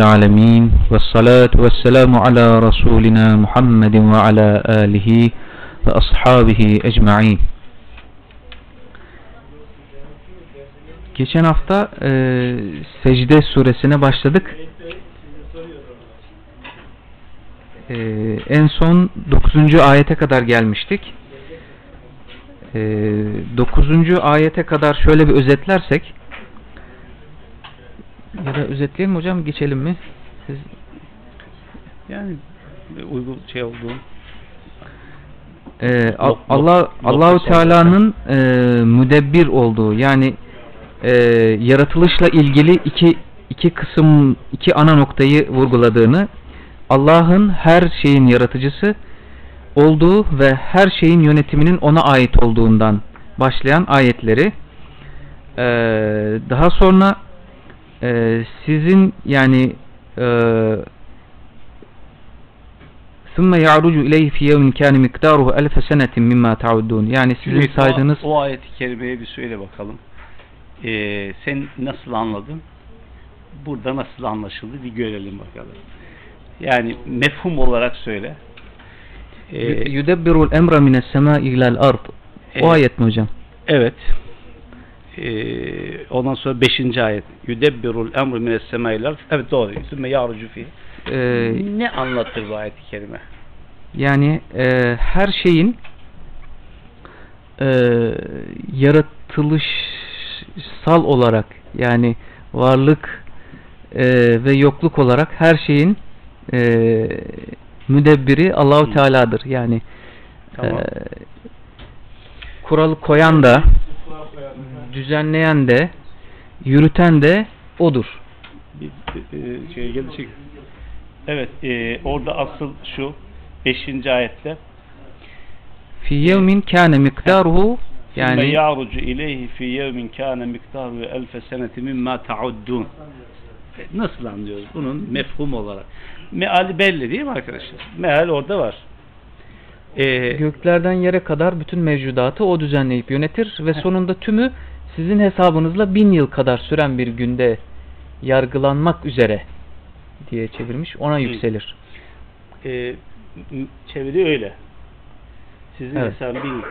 العالمين والصلاة والسلام على رسولنا محمد وعلى آله وأصحابه أجمعين. Geçen hafta Secde suresine başladık. En son 9. ayete kadar gelmiştik. 9. ayete kadar şöyle bir özetlersek, ya da özetleyelim hocam, geçelim mi? Siz... Yani uygun şey olduğu. Allahu Teala'nın müdebbir olduğu, yani yaratılışla ilgili iki ana noktayı vurguladığını, Allah'ın her şeyin yaratıcısı olduğu ve her şeyin yönetiminin ona ait olduğundan başlayan ayetleri, daha sonra sizin yani ثُمَّ يَعْرُجُ اِلَيْهِ فِي يَوْمٍ كَانِ مِقْدَارُهُ أَلْفَ سَنَةٍ مِمَّا تَعُدُّونَ. Yani sizin saydığınız o ayet-i kerimeye bir söyle bakalım. Sen nasıl anladın? Burada nasıl anlaşıldı? Bir görelim bakalım. Yani mefhum olarak söyle. يُدَبِّرُ الْاَمْرَ مِنَ السَّمَاءِ اِلَى الْأَرْضِ. O ayet mi hocam? Evet. Ondan sonra 5. ayet. يُدَبِّرُ الْاَمْرُ مِنَ السَّمَاءِ اِلَى الْأَرْضِ. Evet, doğru. ثُمَّ يَعْرُجُ فِيهِ. Ne anlatır bu ayet-i kerime? Yani her şeyin yaratılışsal olarak, yani varlık ve yokluk olarak her şeyin müdebbiri Allahu Teala'dır. Yani tamam. Kuralı koyan da, düzenleyen de, yürüten de O'dur. Şeye gelecek. Evet, orada asıl şu 5. ayette fi yevmin kâne miktaruhu, yani ya'rucu ileyhi fi yevmin kâne miktaruhu elfe seneti mimma ta'uddun. Nasıl anlıyoruz bunun mefhum olarak? Meali belli değil mi arkadaşlar? Meal orada var. Göklerden yere kadar bütün mevcudatı O düzenleyip yönetir ve sonunda tümü sizin hesabınızla 1000 yıl kadar süren bir günde yargılanmak üzere diye çevirmiş. Ona yükselir. Çeviri öyle. Sizin hesabı 1000 yıl.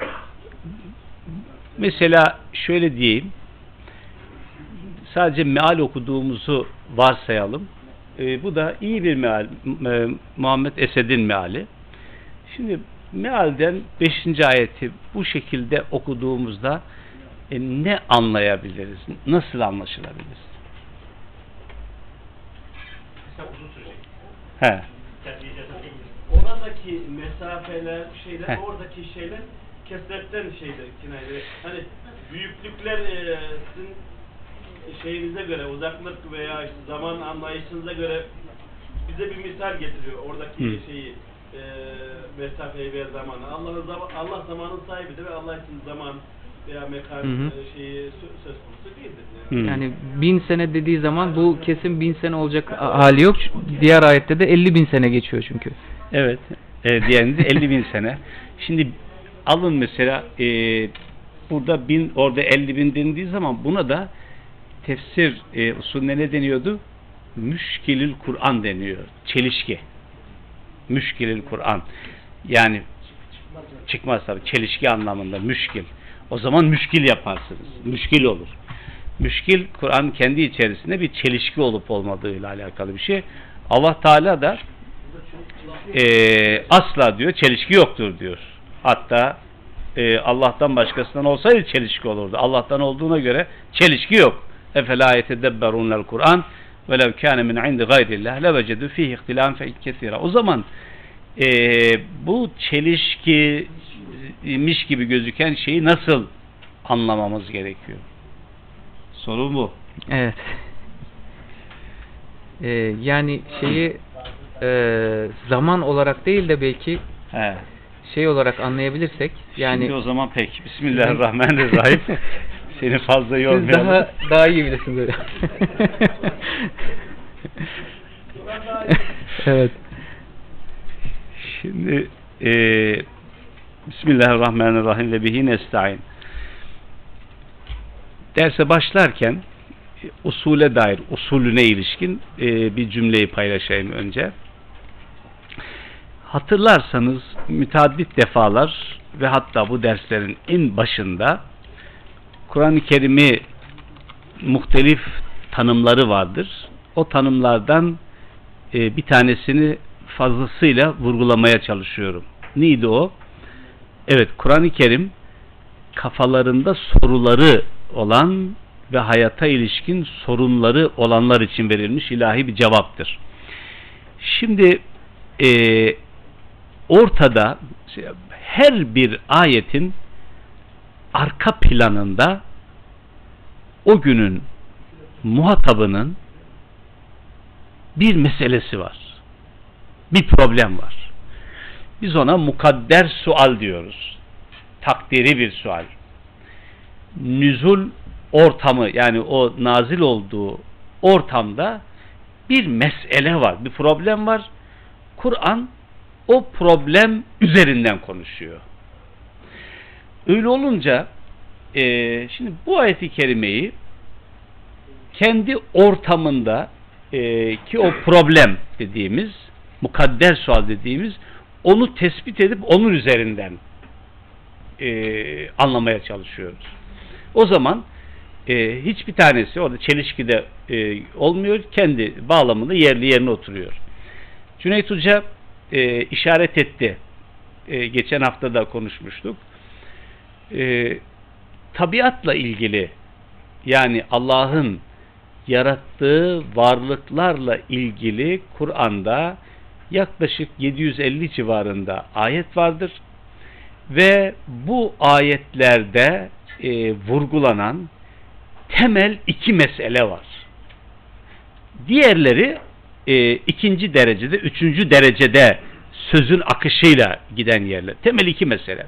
Mesela şöyle diyeyim. Sadece meal okuduğumuzu varsayalım. Bu da iyi bir meal. Muhammed Esed'in meali. Şimdi mealden 5. ayeti bu şekilde okuduğumuzda ne anlayabiliriz? Nasıl anlaşılabilir? He. Oradaki mesafeler, şeyler, oradaki şeyler kesretten şeyler, kinayeli. Hani büyüklükler sizin şeyinize göre, uzaklık veya işte zaman anlayışınıza göre bize bir misal getiriyor. Oradaki şeyi, mesafeyi ve zamanı. Allah zamanın sahibidir ve Allah için zaman veya mekan şeyi söz konusu değildir. Yani 1000 sene dediği zaman bu kesin 1000 sene olacak hali yok. Diğer ayette de 50.000 sene geçiyor çünkü. Evet. Diğerinde 50.000 sene. Şimdi alın mesela burada 1000, orada 50.000 denildiği zaman buna da tefsir usulüne ne deniyordu? Müşkilül Kur'an deniyor. Çelişki. Müşkilül Kur'an. Yani çıkmaz tabii. Çelişki anlamında müşkil. O zaman müşkil yaparsınız. Müşkil olur. Müşkil, Kur'an kendi içerisinde bir çelişki olup olmadığıyla alakalı bir şey. Allah Teala da asla diyor çelişki yoktur diyor. Hatta Allah'tan başkasından olsaydı çelişki olurdu. Allah'tan olduğuna göre çelişki yok. Efela yetedebberunel Kur'an velev kâne min indi gayrillah levecedu fîhî ihtilâfen kesîrâ. O zaman bu çelişkiymiş gibi gözüken şeyi nasıl anlamamız gerekiyor? Soru bu. Evet. Yani şeyi zaman olarak değil de belki şey olarak anlayabilirsek, yani şimdi o zaman peki. Bismillahirrahmanirrahim. Seni fazla yormayalım. Siz daha iyi bilirsiniz öyle. Evet. Şimdi Bismillahirrahmanirrahim ve bihi nesta'in. Derse başlarken usule dair, usulüne ilişkin bir cümleyi paylaşayım önce. Hatırlarsanız müteaddit defalar ve hatta bu derslerin en başında Kur'an-ı Kerim'i muhtelif tanımları vardır. O tanımlardan bir tanesini fazlasıyla vurgulamaya çalışıyorum. Neydi o? Evet, Kur'an-ı Kerim kafalarında soruları olan ve hayata ilişkin sorunları olanlar için verilmiş ilahi bir cevaptır. Şimdi ortada her bir ayetin arka planında o günün muhatabının bir meselesi var. Bir problem var. Biz ona mukadder sual diyoruz. Takdiri bir sual. Nüzul ortamı, yani o nazil olduğu ortamda bir mesele var, bir problem var. Kur'an o problem üzerinden konuşuyor. Öyle olunca şimdi bu ayet-i kerimeyi kendi ortamında ki o problem dediğimiz, mukadder sual dediğimiz, onu tespit edip onun üzerinden anlamaya çalışıyoruz. O zaman hiçbir tanesi orada çelişkide olmuyor. Kendi bağlamında yerli yerine oturuyor. Cüneyt Hoca işaret etti. Geçen hafta da konuşmuştuk. Tabiatla ilgili, yani Allah'ın yarattığı varlıklarla ilgili Kur'an'da yaklaşık 750 civarında ayet vardır. Ve bu ayetlerde vurgulanan temel iki mesele var. Diğerleri ikinci derecede, üçüncü derecede sözün akışıyla giden yerler. Temel iki mesele.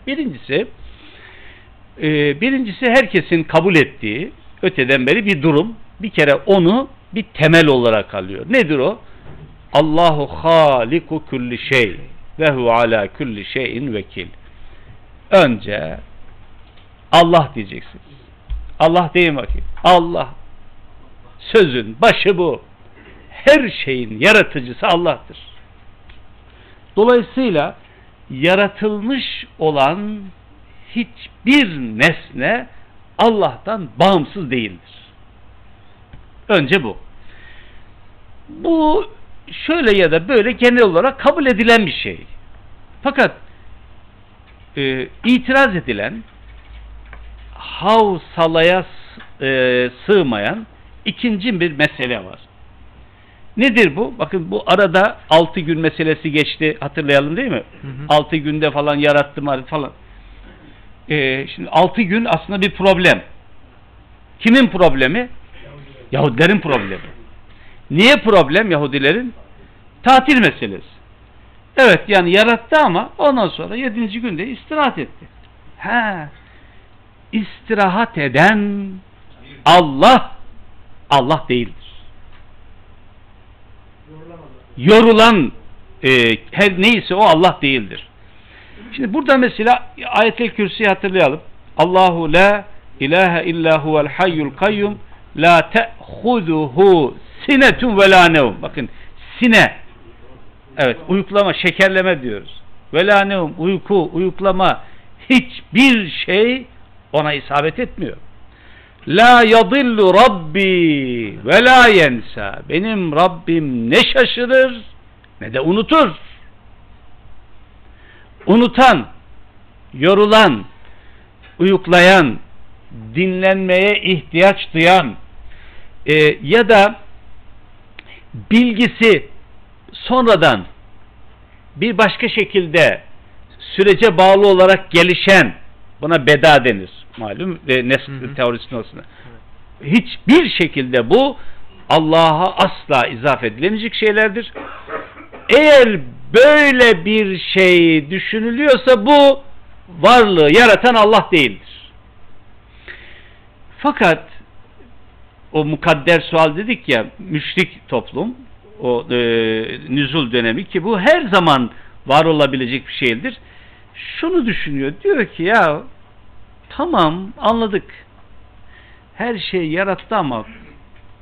Birincisi herkesin kabul ettiği öteden beri bir durum. Bir kere onu bir temel olarak alıyor. Nedir o? Allahu haliku kulli şey ve hu ala kulli şeyin vekil. Önce Allah diyeceksiniz. Allah deyin bakayım. Allah. Sözün başı bu. Her şeyin yaratıcısı Allah'tır. Dolayısıyla yaratılmış olan hiçbir nesne Allah'tan bağımsız değildir. Önce bu. Bu şöyle ya da böyle genel olarak kabul edilen bir şey. Fakat itiraz edilen, havsalaya sığmayan ikinci bir mesele var. Nedir bu? Bakın, bu arada 6 gün meselesi geçti. Hatırlayalım değil mi? 6 günde falan yarattım falan. Şimdi 6 gün aslında bir problem. Kimin problemi? Yahudilerin problemi. Niye problem Yahudilerin? Tatil meselesi. Evet, yani yarattı ama ondan sonra 7. günde istirahat etti. İstirahat eden Allah değildir. Yorulan her neyse o Allah değildir. Şimdi burada mesela Ayet-i Kürsi'yi hatırlayalım. Allahu la ilahe illa huvel hayyul kayyum la te'huduhu sinetun ve la nevm. Bakın, sine, evet, uyuklama, şekerleme diyoruz. Ve la nevm, uyku, uyuklama, hiçbir şey ona isabet etmiyor. La yadillu Rabbi ve la yensa. Benim Rabbim ne şaşırır ne de unutur. Unutan, yorulan, uyuklayan, dinlenmeye ihtiyaç duyan ya da bilgisi sonradan bir başka şekilde sürece bağlı olarak gelişen, buna beda denir malum, nesl teorisinin olsun. Hiçbir şekilde bu Allah'a asla izafe edilemeyecek şeylerdir. Eğer böyle bir şey düşünülüyorsa bu varlığı yaratan Allah değildir. Fakat o mukadder sual dedik ya, müşrik toplum, o nüzul dönemi, ki bu her zaman var olabilecek bir şeydir. Şunu düşünüyor, diyor ki ya tamam, anladık, her şeyi yarattı ama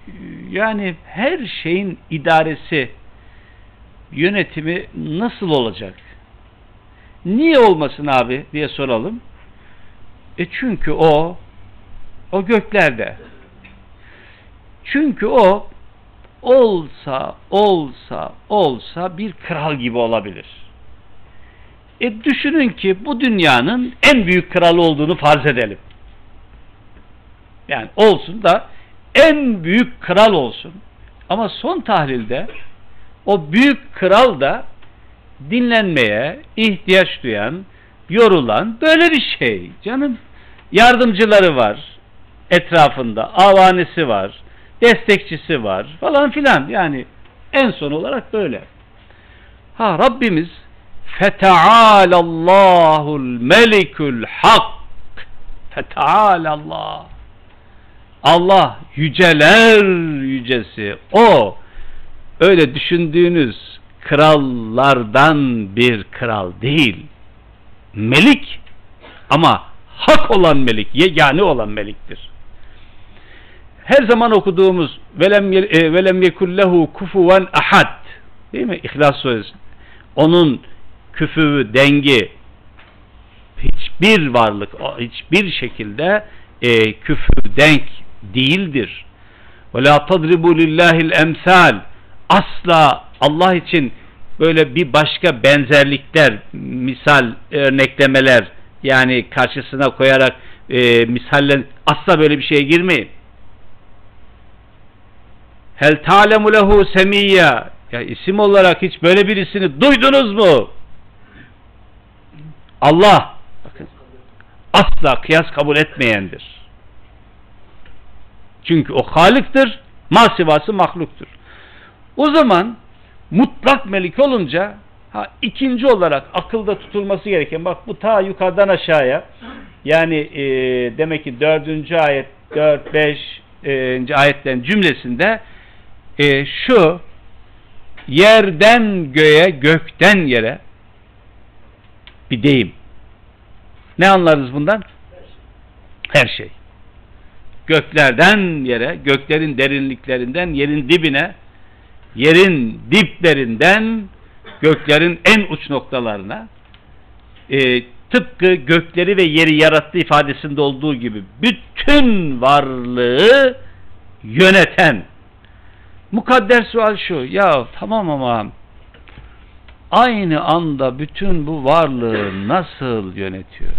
yani her şeyin idaresi, yönetimi nasıl olacak? Niye olmasın abi diye soralım. Çünkü o göklerde. Çünkü o olsa bir kral gibi olabilir. Düşünün ki bu dünyanın en büyük kralı olduğunu farz edelim. Yani olsun da en büyük kral olsun. Ama son tahlilde o büyük kral da dinlenmeye ihtiyaç duyan, yorulan böyle bir şey. Canım, yardımcıları var etrafında, avanesi var, destekçisi var falan filan. Yani en son olarak böyle. Rabbimiz Feteâlallâhul melikul hak. Feteâlallah. Allah yüceler yücesi. O öyle düşündüğünüz krallardan bir kral değil. Melik, ama hak olan melik, yegane olan meliktir. Her zaman okuduğumuz velem yekullehu kufuven ahad, değil mi? İhlas Suresi. Onun küfü, dengi, hiçbir varlık, hiçbir şekilde küfü denk değildir. Ve la tadribu lillahil emsal. Asla Allah için böyle bir başka benzerlikler, misal, örneklemeler, yani karşısına koyarak misaller, asla böyle bir şeye girmeyin. Hel ta'lemu lehu semiyya. Ya isim olarak hiç böyle birisini duydunuz mu? Allah, bakın, asla kıyas kabul etmeyendir. Çünkü o Halik'tir, masivası mahluktur. O zaman mutlak melik olunca ikinci olarak akılda tutulması gereken, bak bu ta yukarıdan aşağıya, yani demek ki 4. ayet, 4-5. Ayetlerin cümlesinde şu yerden göğe, gökten yere bir deyim. Ne anlarız bundan? Her şey. Göklerden yere, göklerin derinliklerinden yerin dibine, yerin diplerinden göklerin en uç noktalarına, tıpkı gökleri ve yeri yarattığı ifadesinde olduğu gibi bütün varlığı yöneten. Mukadder sual şu: ya tamam ama aynı anda bütün bu varlığı nasıl yönetiyor?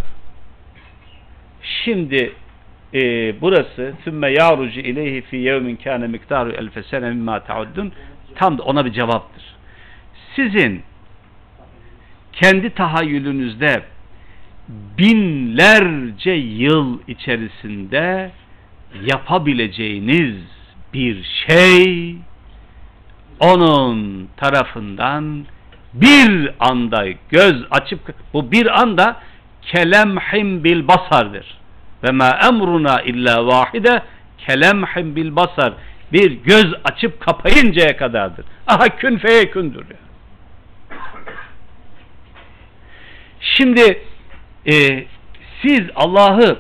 Şimdi burası sümme ya'rucu ileyhi fi yevmin kâne miktaru elfe sene mimma ta'uddun, tam da ona bir cevaptır. Sizin kendi tahayyülünüzde binlerce yıl içerisinde yapabileceğiniz bir şey onun tarafından bir anda göz açıp, bu bir anda kelemhim bil basardır. Ve ma emruna illa vahide kelemhim bil basar. Bir göz açıp kapayıncaya kadardır. Aha kün feyekündür. Şimdi siz Allah'ı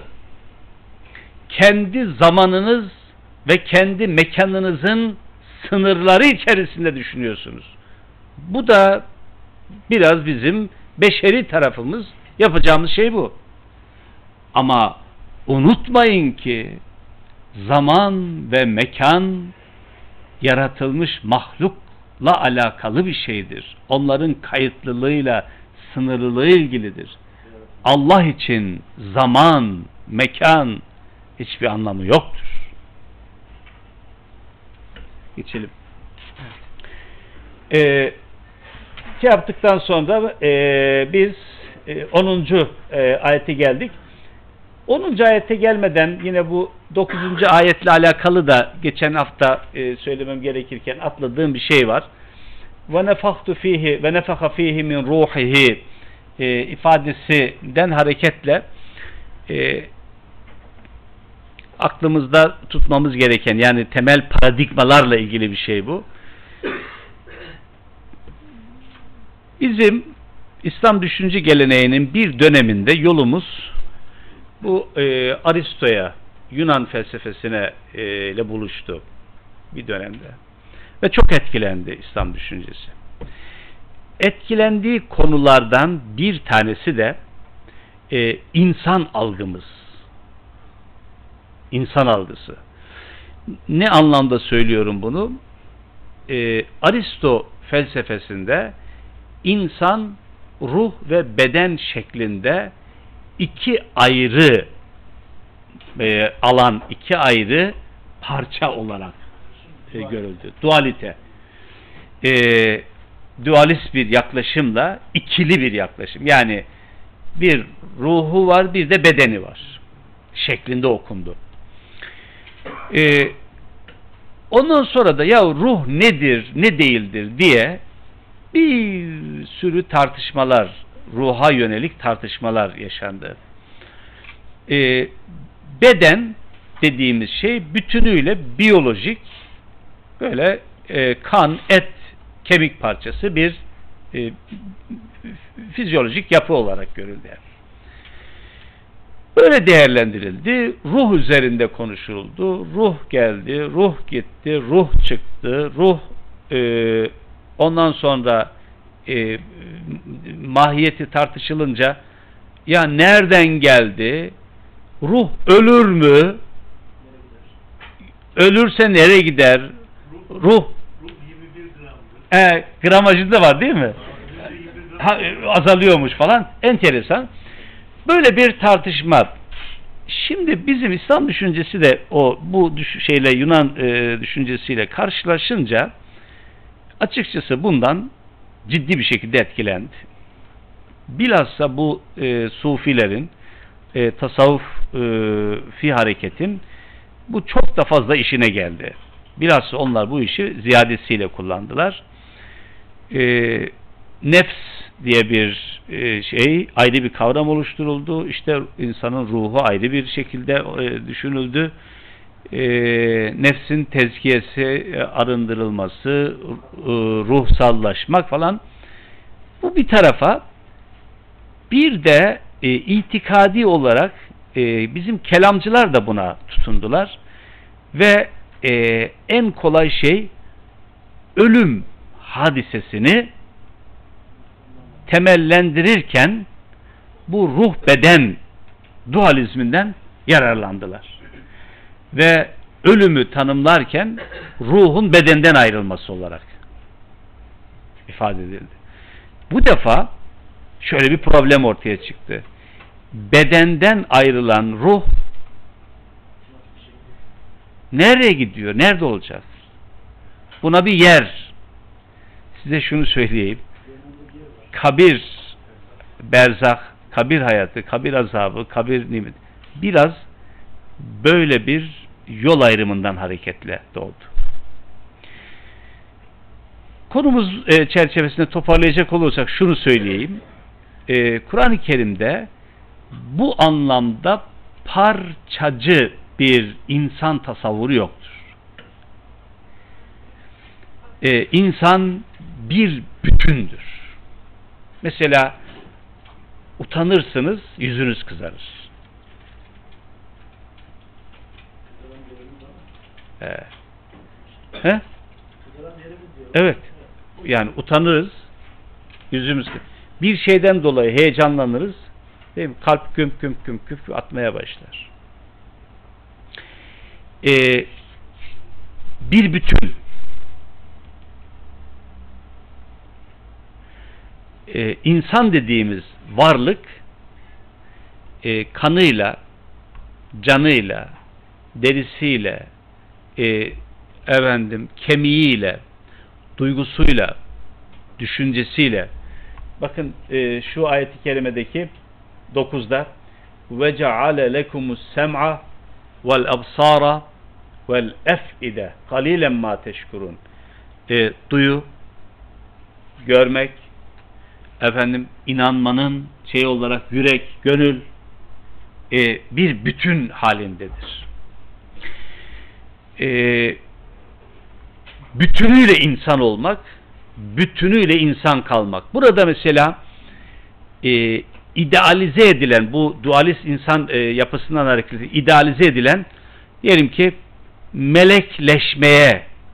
kendi zamanınız ve kendi mekanınızın sınırları içerisinde düşünüyorsunuz. Bu da biraz bizim beşeri tarafımız, yapacağımız şey bu. Ama unutmayın ki zaman ve mekan yaratılmış mahlukla alakalı bir şeydir. Onların kayıtlılığıyla, sınırlılığı ilgilidir. Allah için zaman, mekan hiçbir anlamı yoktur. Geçelim. Yaptıktan sonra biz 10. ayete geldik. 10. ayete gelmeden yine bu 9. ayetle alakalı da geçen hafta söylemem gerekirken atladığım bir şey var. Ve nefahtu fihi ve nefaha fihi min ruhihi ifadesinden hareketle aklımızda tutmamız gereken, yani temel paradigmalarla ilgili bir şey bu. Bizim İslam düşünce geleneğinin bir döneminde yolumuz bu Aristo'ya, Yunan felsefesine ile buluştu. bir dönemde. Ve çok etkilendi İslam düşüncesi. Etkilendiği konulardan bir tanesi de insan algımız. İnsan algısı. Ne anlamda söylüyorum bunu? Aristo felsefesinde insan ruh ve beden şeklinde iki ayrı alan, iki ayrı parça olarak görüldü. Dualite. Dualist bir yaklaşımla ikili bir yaklaşım. Yani bir ruhu var, bir de bedeni var şeklinde okundu. Ondan sonra da ya ruh nedir, ne değildir diye bir sürü tartışmalar, ruha yönelik tartışmalar yaşandı. Beden dediğimiz şey bütünüyle biyolojik, böyle kan, et, kemik parçası bir fizyolojik yapı olarak görüldü. Böyle değerlendirildi. Ruh üzerinde konuşuldu. Ruh geldi, ruh gitti, ruh çıktı. Ruh ondan sonra mahiyeti tartışılınca ya nereden geldi? Ruh ölür mü? Ölürse nereye gider? Ruh 21 gramdır. Gramajı da var değil mi? Azalıyormuş falan. Enteresan. Böyle bir tartışma. Şimdi bizim İslam düşüncesi de bu şeyle Yunan düşüncesiyle karşılaşınca açıkçası bundan ciddi bir şekilde etkilendi. Bilhassa bu sufilerin tasavvufi hareketin bu çok da fazla işine geldi. Bilhassa onlar bu işi ziyadesiyle kullandılar. Nefs diye bir ayrı bir kavram oluşturuldu. İşte insanın ruhu ayrı bir şekilde düşünüldü. Nefsin tezkiyesi, arındırılması, ruhsallaşmak falan. Bu bir tarafa, bir de itikadi olarak bizim kelamcılar da buna tutundular ve en kolay şey ölüm hadisesini temellendirirken bu ruh beden dualizminden yararlandılar. Ve ölümü tanımlarken ruhun bedenden ayrılması olarak ifade edildi. Bu defa şöyle bir problem ortaya çıktı. Bedenden ayrılan ruh nereye gidiyor? Nerede olacak? Buna bir yer. Size şunu söyleyeyim. Kabir, berzah, kabir hayatı, kabir azabı, kabir nimet biraz böyle bir yol ayrımından hareketle doğdu. Konumuz çerçevesinde toparlayacak olursak şunu söyleyeyim. Kur'an-ı Kerim'de bu anlamda parçacı bir insan tasavvuru yoktur. İnsan bir bütündür. Mesela utanırsınız, yüzünüz kızarır. Evet. Yani utanırız, yüzümüz kızarır. Bir şeyden dolayı heyecanlanırız, değil mi? Kalp güm güm güm güm atmaya başlar. Bir bütün. İnsan dediğimiz varlık kanıyla, canıyla, derisiyle, kemiğiyle, duygusuyla, düşüncesiyle. Bakın şu ayet-i kerimedeki 9'da ve ceale lekumus sem'a vel absara vel ef'ide kalilen ma teşkurun. Duyu, görmek, inanmanın olarak yürek, gönül bir bütün halindedir. Bütünüyle insan olmak, bütünüyle insan kalmak. Burada mesela idealize edilen, bu dualist insan yapısından hareketle idealize edilen, diyelim ki melekleşmeye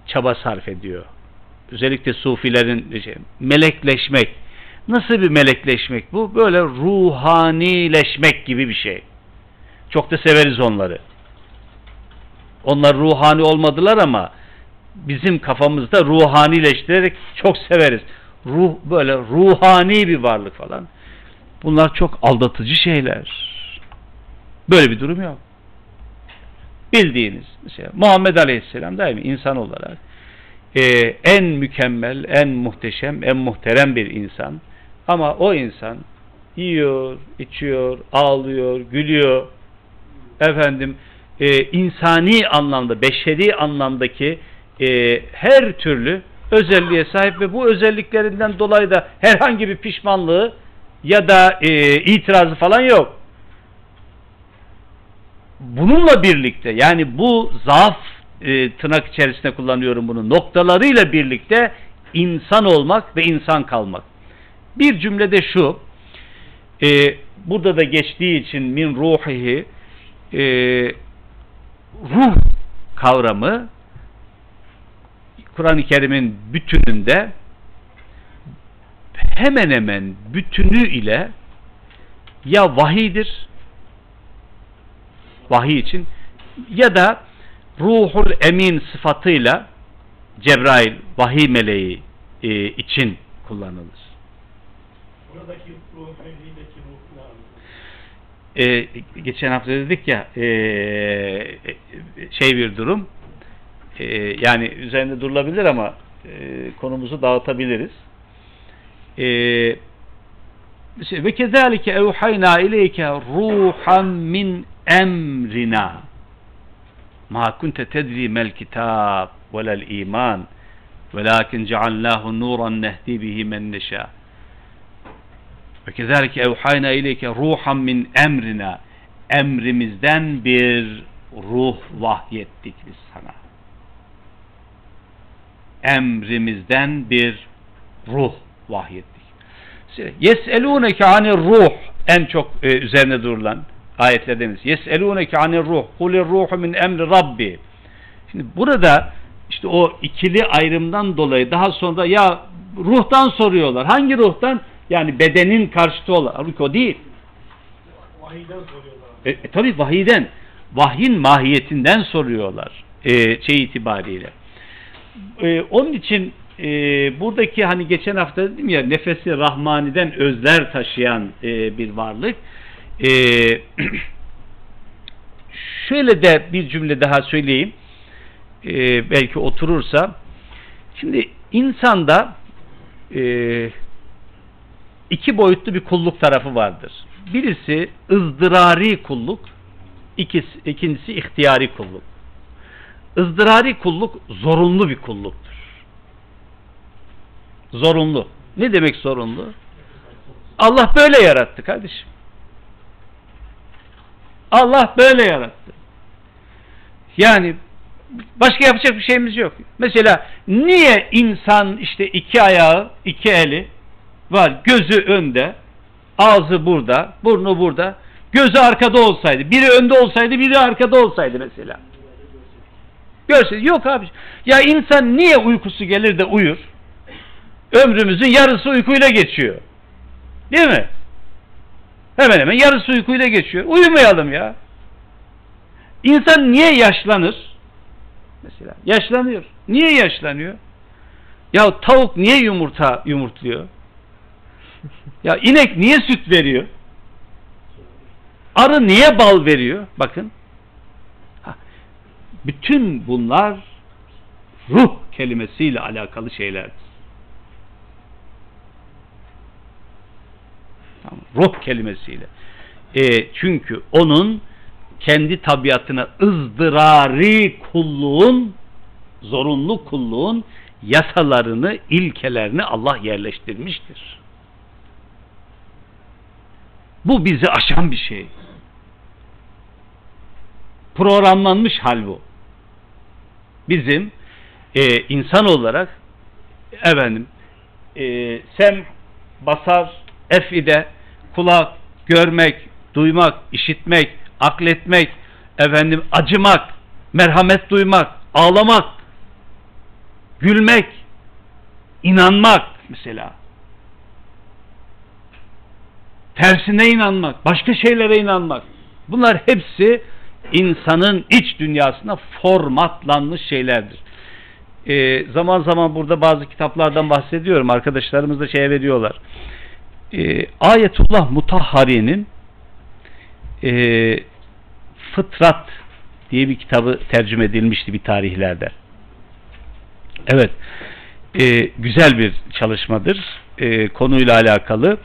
çaba sarf ediyor. Özellikle sufilerin melekleşmek. Nasıl bir melekleşmek bu? Böyle ruhanileşmek gibi bir şey. Çok da severiz onları. Onlar ruhani olmadılar ama bizim kafamızda ruhanileştirerek çok severiz. Böyle ruhani bir varlık falan. Bunlar çok aldatıcı şeyler. Böyle bir durum yok. Bildiğiniz mesela Muhammed Aleyhisselam değil mi? İnsan olarak en mükemmel, en muhteşem, en muhterem bir insan. Ama o insan yiyor, içiyor, ağlıyor, gülüyor. İnsani anlamda, beşeri anlamdaki her türlü özelliğe sahip ve bu özelliklerinden dolayı da herhangi bir pişmanlığı ya da itirazı falan yok. Bununla birlikte, yani bu zaaf tırnak içerisinde kullanıyorum bunu, noktalarıyla birlikte insan olmak ve insan kalmak. Bir cümlede şu, burada da geçtiği için min ruhihi, ruh kavramı Kur'an-ı Kerim'in bütününde hemen hemen bütünü ile ya vahiydir, vahiy için, ya da ruhul emin sıfatıyla Cebrail, vahiy meleği için kullanılır. Buradaki ruh, mevhideki ruh geçen hafta dedik ya bir durum, yani üzerinde durulabilir ama konumuzu dağıtabiliriz. Ve kezalike evhayna ileyke ruhan min emrina ma kunte tedri mel kitab velel iman velakin cealnahu nuran nehdi bihi men neşâ. Ve kezalike evhayna ileyke ruhan min emrina, emrimizden bir ruh vahyettik biz sana. Emrimizden bir ruh vahyettik. Yes'elûneke anir ruh, en çok üzerine durulan ayetlerdeniz. Yes'elûneke anir ruh, kulir ruhu min emri rabbi. Şimdi burada işte o ikili ayrımdan dolayı daha sonra ya ruhtan soruyorlar. Hangi ruhtan? Yani bedenin karşıtı olan. Halbuki o değil. Vahiyden soruyorlar. Tabii vahiyden. Vahyin mahiyetinden soruyorlar. İtibariyle. Onun için buradaki hani geçen hafta dedim ya, nefesi rahmaniden özler taşıyan bir varlık. Şöyle de bir cümle daha söyleyeyim. Belki oturursa. Şimdi insanda iki boyutlu bir kulluk tarafı vardır. Birisi ızdırari kulluk, ikincisi ihtiyari kulluk. Izdırari kulluk zorunlu bir kulluktur. Zorunlu. Ne demek zorunlu? Allah böyle yarattı kardeşim. Allah böyle yarattı. Yani başka yapacak bir şeyimiz yok. Mesela niye insan işte iki ayağı, iki eli var, gözü önde, ağzı burada, burnu burada, gözü arkada olsaydı, biri önde olsaydı, biri arkada olsaydı mesela. Görseniz yok abi. Ya insan niye uykusu gelir de uyur? Ömrümüzün yarısı uykuyla geçiyor. Değil mi? Hemen hemen yarısı uykuyla geçiyor. Uyumayalım ya. İnsan niye yaşlanır? Mesela yaşlanıyor. Niye yaşlanıyor? Ya tavuk niye yumurtluyor? Ya inek niye süt veriyor? Arı niye bal veriyor? Bakın. Bütün bunlar ruh kelimesiyle alakalı şeylerdir. Tamam, ruh kelimesiyle. Çünkü onun kendi tabiatına ızdırari kulluğun, zorunlu kulluğun yasalarını, ilkelerini Allah yerleştirmiştir. Bu bizi aşan bir şey. Programlanmış hal bu. Bizim insan olarak sem, basar, efide, kulak, görmek, duymak, işitmek, akletmek, acımak, merhamet duymak, ağlamak, gülmek, inanmak mesela. Tersine inanmak, başka şeylere inanmak. Bunlar hepsi insanın iç dünyasına formatlanmış şeylerdir. Zaman zaman burada bazı kitaplardan bahsediyorum. Arkadaşlarımız da şeye veriyorlar. Ayetullah Mutahhari'nin Fıtrat diye bir kitabı tercüme edilmişti bir tarihlerde. Evet. Güzel bir çalışmadır. Konuyla alakalı.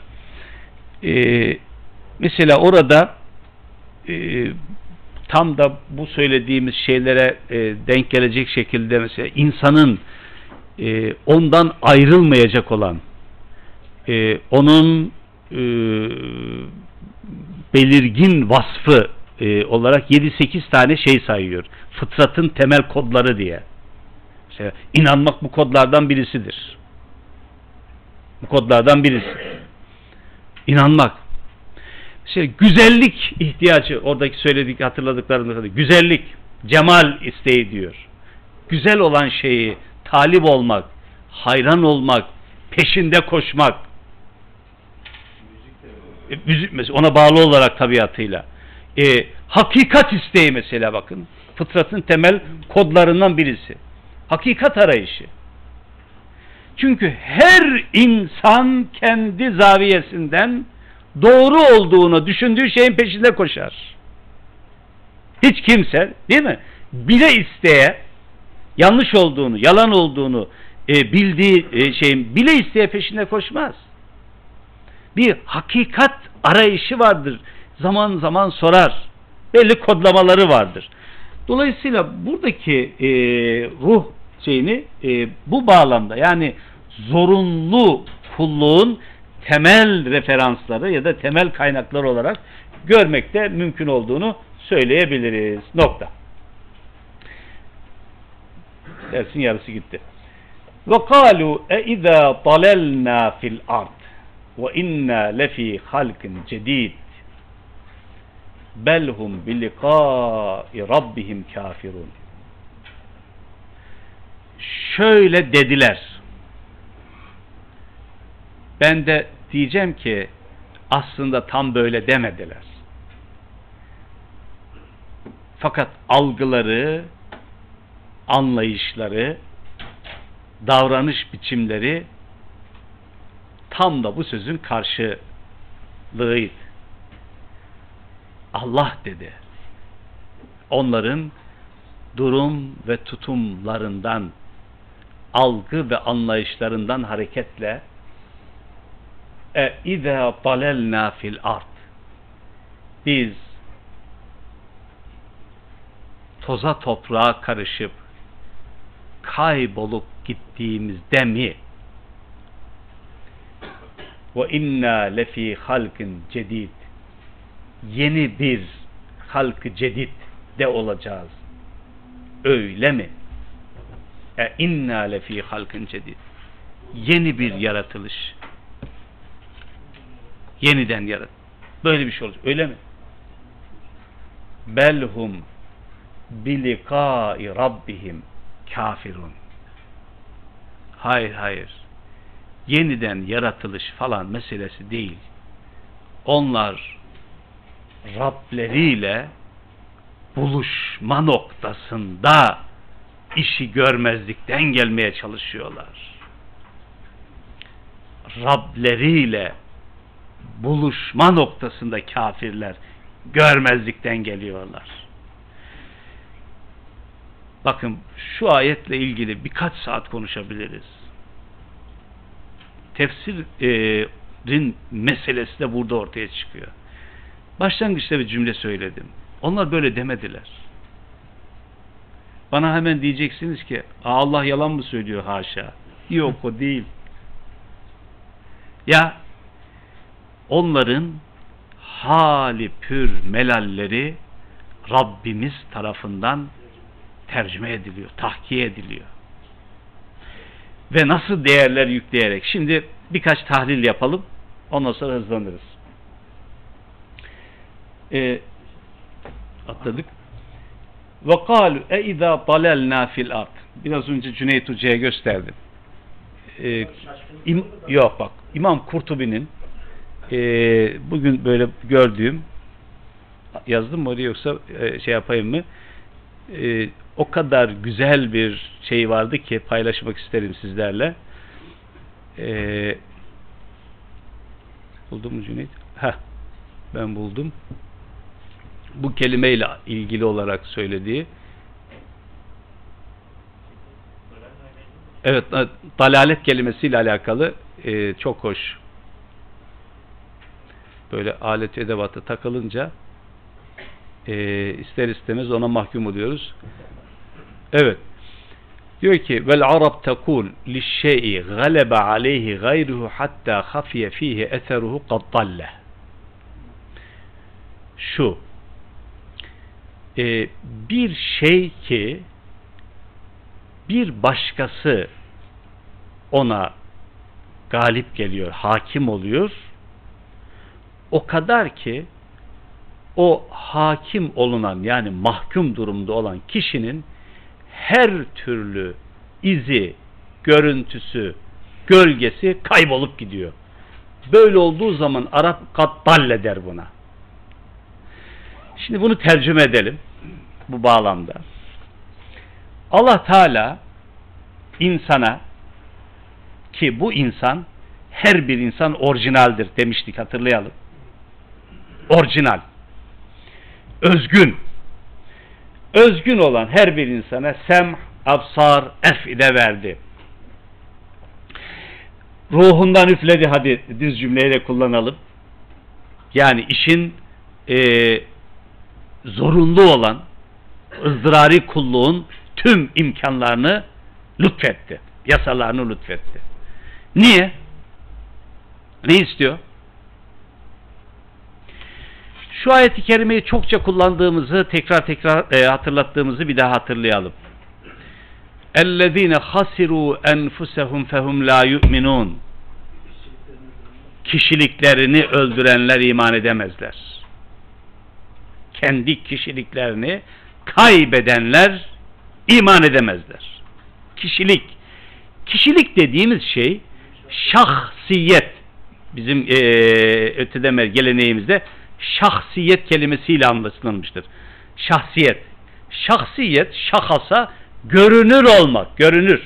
Mesela orada tam da bu söylediğimiz şeylere denk gelecek şekilde mesela insanın ondan ayrılmayacak olan onun belirgin vasfı olarak 7-8 tane şey sayıyor. Fıtratın temel kodları diye. Mesela inanmak bu kodlardan birisidir. Bu kodlardan birisi. İnanmak. Mesela güzellik ihtiyacı, oradaki söyledik, hatırladıklarımızda güzellik, cemal isteği diyor. Güzel olan şeyi talip olmak, hayran olmak, peşinde koşmak. Mesela ona bağlı olarak tabiatıyla. Hakikat isteği mesela bakın. Fıtratın temel kodlarından birisi. Hakikat arayışı. Çünkü her insan kendi zaviyesinden doğru olduğunu düşündüğü şeyin peşinde koşar. Hiç kimse, değil mi? Bile isteye yanlış olduğunu, yalan olduğunu bildiği şeyin bile isteye peşinde koşmaz. Bir hakikat arayışı vardır. Zaman zaman sorar. Belli kodlamaları vardır. Dolayısıyla buradaki ruh şeyini bu bağlamda, yani zorunlu kulluğun temel referansları ya da temel kaynaklar olarak görmekte mümkün olduğunu söyleyebiliriz. Nokta. Dersin yarısı gitti. Ve kâlu eizâ dalelnâ fil ard ve innâ lefî halkin cedîd belhum bilikâi rabbihim kâfirun. Şöyle dediler. Ben de diyeceğim ki aslında tam böyle demediler. Fakat algıları, anlayışları, davranış biçimleri tam da bu sözün karşılığıydı. Allah dedi. Onların durum ve tutumlarından, algı ve anlayışlarından hareketle İzâ dalelnâ fil ard, biz toza toprağa karışıp kaybolup gittiğimizde mi ve inna lefî halkin cedid, yeni bir halkı cedid de olacağız, öyle mi? İnna lefî halkin cedid, yeni bir yaratılış, yeniden yarat. Böyle bir şey olacak. Öyle mi? Belhum bilikâi rabbihim kafirun. Hayır. Yeniden yaratılış falan meselesi değil. Onlar Rableriyle buluşma noktasında işi görmezlikten gelmeye çalışıyorlar. Rableriyle buluşma noktasında kafirler görmezlikten geliyorlar. Bakın şu ayetle ilgili birkaç saat konuşabiliriz. Tefsirin meselesi de burada ortaya çıkıyor. Başlangıçta bir cümle söyledim. Onlar böyle demediler. Bana hemen diyeceksiniz ki Allah yalan mı söylüyor? Haşa. Yok, o değil. Ya onların hali pür melalleri Rabbimiz tarafından tercüme ediliyor, tahkiye ediliyor. Ve nasıl değerler yükleyerek. Şimdi birkaç tahlil yapalım. Ondan sonra hızlanırız. Atladık. Ve kâlu eizâ dalelnâ fil ard. biraz önce Cüneyt Hoca'ya gösterdim. Yok bak, İmam Kurtubi'nin bugün böyle gördüğüm, yazdım mı oraya yoksa şey yapayım mı? O kadar güzel bir şey vardı ki paylaşmak isterim sizlerle. Buldum mu Cüneyt? Ben buldum. Bu kelimeyle ilgili olarak söylediği. Evet, dalalet kelimesiyle alakalı çok hoş. Böyle alet edevatı takılınca ister istemez ona mahkum oluyoruz. Evet. Diyor ki vel arab tekul lişşey'i galebe aleyhi gayruhu hatta hafiye fihi eseruhu kad dalle. Şu bir şey ki bir başkası ona galip geliyor, hakim oluyor. O kadar ki o hakim olunan, yani mahkum durumda olan kişinin her türlü izi, görüntüsü, gölgesi kaybolup gidiyor. Böyle olduğu zaman Arap kaddalle der buna. Şimdi bunu tercüme edelim bu bağlamda. Allah Teala insana, ki bu insan, her bir insan orijinaldir demiştik, hatırlayalım. Orijinal. Özgün. Özgün olan her bir insana sem, absar, efide verdi. Ruhundan üfledi, hadi düz cümleyle kullanalım. Yani işin zorunlu olan ızdırari kulluğun tüm imkanlarını lütfetti. Yasalarını lütfetti. Niye? Ne istiyor? Şu ayet-i kerimeyi çokça kullandığımızı, tekrar hatırlattığımızı bir daha hatırlayalım. اَلَّذ۪ينَ خَسِرُوا اَنْفُسَهُمْ فَهُمْ لَا يُؤْمِنُونَ. Kişiliklerini öldürenler iman edemezler. Kendi kişiliklerini kaybedenler iman edemezler. Kişilik dediğimiz şey şahsiyet. Bizim ötede geleneğimizde şahsiyet kelimesiyle anlaşılmıştır. Şahsiyet, şahasa görünür olmak, görünür.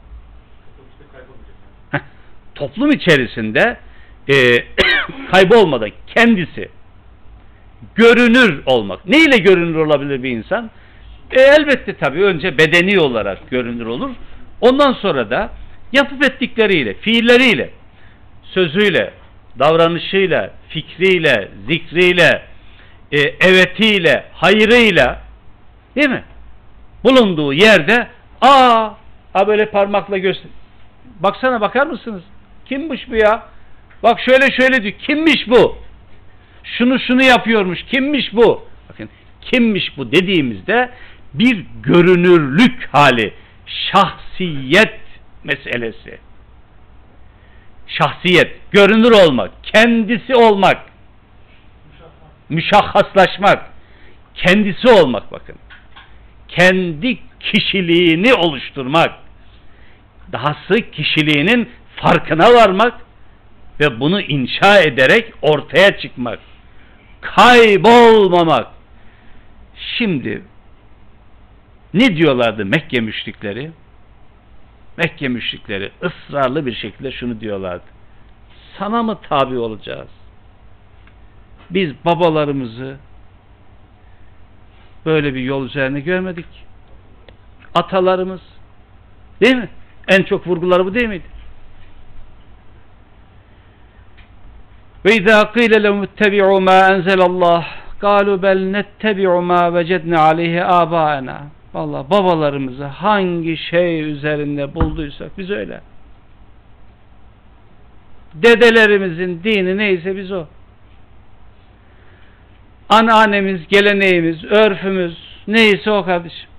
Toplum içerisinde kaybolmadan kendisi görünür olmak. Ne ile görünür olabilir bir insan? Elbette tabii önce bedeni olarak görünür olur. Ondan sonra da yapıp ettikleriyle, fiilleriyle, sözüyle, davranışıyla, fikriyle, zikriyle, evetiyle, hayrıyla, değil mi? Bulunduğu yerde böyle parmakla göster. Baksana, bakar mısınız? Kimmiş bu ya? Bak şöyle diyor. Kimmiş bu? Şunu yapıyormuş. Kimmiş bu? Bakın, kimmiş bu dediğimizde bir görünürlük hali, şahsiyet meselesi. Şahsiyet, görünür olmak, kendisi olmak, müşahhaslaşmak, kendisi olmak, bakın. Kendi kişiliğini oluşturmak, dahası kişiliğinin farkına varmak ve bunu inşa ederek ortaya çıkmak, kaybolmamak. Şimdi ne diyorlardı Mekke müşrikleri? Mekke müşrikleri ısrarlı bir şekilde şunu diyorlardı: sana mı tabi olacağız? Biz babalarımızı böyle bir yol üzerine görmedik. Atalarımız, değil mi? En çok vurguları bu değil miydi? Ve izâ qîle lehum ittebi'û mâ enzelallah kâlû bel nettebi'û mâ vecedne aleyhi âbâena. Vallahi babalarımızı hangi şey üzerinde bulduysak biz öyle. Dedelerimizin dini neyse biz o. Anneannemiz, geleneğimiz, örfümüz neyse o kardeşim.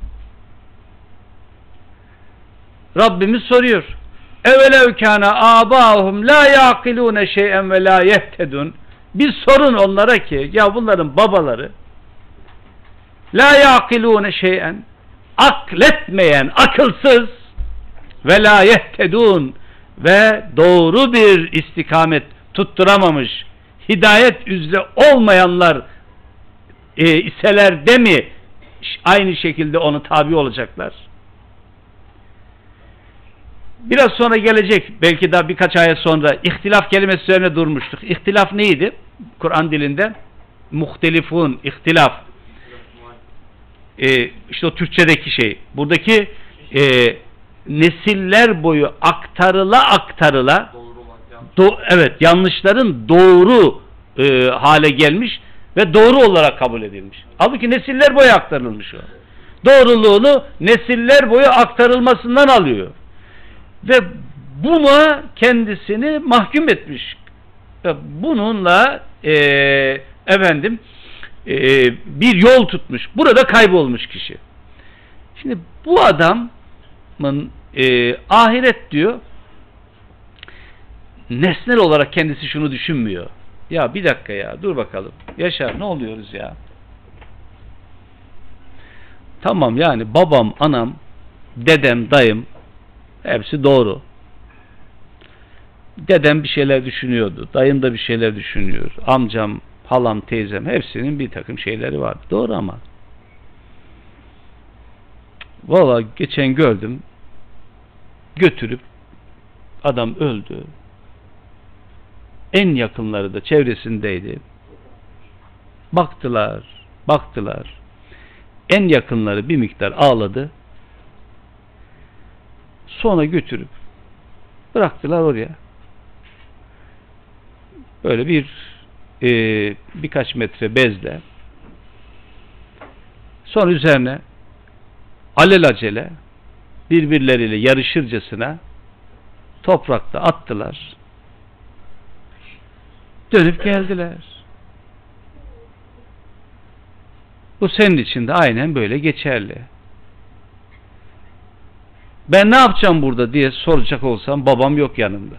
Rabbimiz soruyor: evelev kâne âbâhum lâ yâkilûne şey'en ve lâ yehtedun. Biz sorun onlara ki ya bunların babaları lâ yâkilûne şey'en, akletmeyen akılsız ve la yehtedun ve doğru bir istikamet tutturamamış hidayet üzere olmayanlar iseler de mi aynı şekilde onu tabi olacaklar? Biraz sonra gelecek, belki daha birkaç ayet sonra ihtilaf kelimesi üzerine durmuştuk. İhtilaf neydi? Kur'an dilinde muhtelifun, ihtilaf. İşte o Türkçedeki şey. Buradaki nesiller boyu aktarıla evet, yanlışların doğru hale gelmiş ve doğru olarak kabul edilmiş. Halbuki nesiller boyu aktarılmış o. Doğruluğunu nesiller boyu aktarılmasından alıyor. Ve buna kendisini mahkum etmiş. Ve bununla bir yol tutmuş. Burada kaybolmuş kişi. Şimdi bu adamın ahiret diyor, nesnel olarak kendisi şunu düşünmüyor. Ya bir dakika ya, dur bakalım. Yaşar, ne oluyoruz ya? Tamam, yani babam, anam, dedem, dayım hepsi doğru. Dedem bir şeyler düşünüyordu. Dayım da bir şeyler düşünüyor. Amcam, halam, teyzem hepsinin bir takım şeyleri vardı. Doğru ama valla geçen gördüm, götürüp adam öldü. En yakınları da çevresindeydi. Baktılar. En yakınları bir miktar ağladı. Sonra götürüp bıraktılar oraya. Böyle birkaç metre bezle. Sonra üzerine alelacele birbirleriyle yarışırcasına toprakta attılar. Dönüp geldiler. Bu senin için de aynen böyle geçerli. Ben ne yapacağım burada diye soracak olsam babam yok yanımda.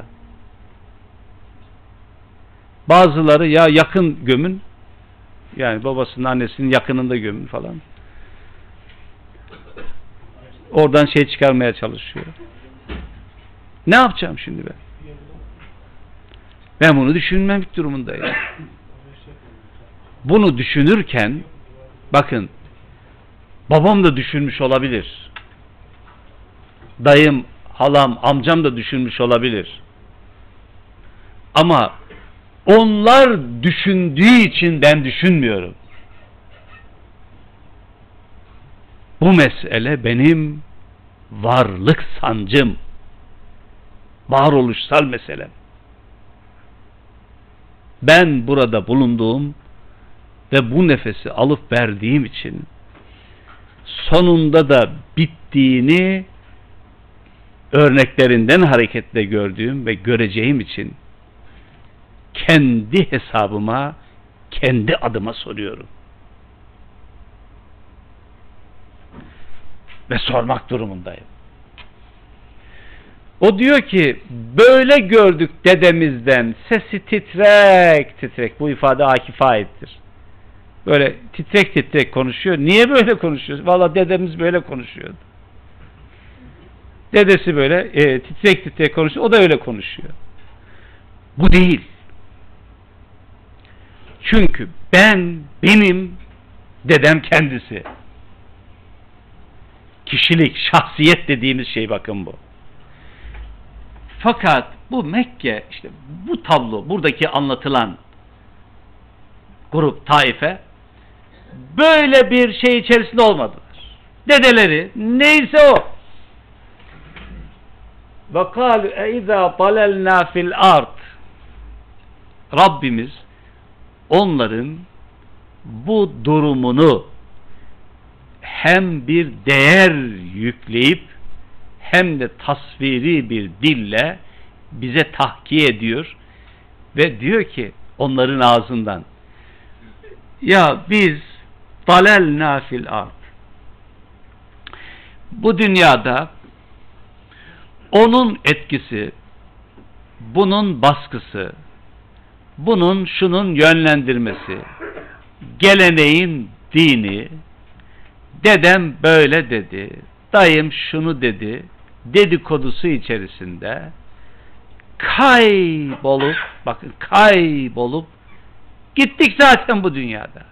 Bazıları ya yakın gömün, yani babasının annesinin yakınında gömün falan. Oradan şey çıkarmaya çalışıyor. Ne yapacağım şimdi ben? Ben bunu düşünmemek durumundayım. Bunu düşünürken bakın, babam da düşünmüş olabilir. Dayım, halam, amcam da düşünmüş olabilir. Ama onlar düşündüğü için ben düşünmüyorum. Bu mesele benim varlık sancım, varoluşsal meselem. Ben burada bulunduğum ve bu nefesi alıp verdiğim için sonunda da bittiğini örneklerinden hareketle gördüğüm ve göreceğim için kendi hesabıma, kendi adıma soruyorum. Ve sormak durumundayım. O diyor ki, böyle gördük dedemizden, sesi titrek, bu ifade Akif'e aittir. Böyle titrek konuşuyor. Niye böyle konuşuyor? Vallahi dedemiz böyle konuşuyordu. Dedesi böyle titrek konuşuyor. O da öyle konuşuyor. Bu değil. Çünkü benim dedem kendisi. Kişilik, şahsiyet dediğimiz şey bakın bu. Fakat bu Mekke, işte bu tablo, buradaki anlatılan grup, taife böyle bir şey içerisinde olmadılar. Dedeleri neyse o. Ve kâlu eizâ dalelnâ fil ard. Rabbimiz onların bu durumunu hem bir değer yükleyip hem de tasviri bir dille bize tahkiye ediyor ve diyor ki onların ağzından, ya biz dalelnâ fil ard, bu dünyada onun etkisi, bunun baskısı, bunun şunun yönlendirmesi, geleneğin dini dedem böyle dedi, dayım şunu dedi, dedikodusu içerisinde kaybolup, bakın kaybolup gittik zaten bu dünyada.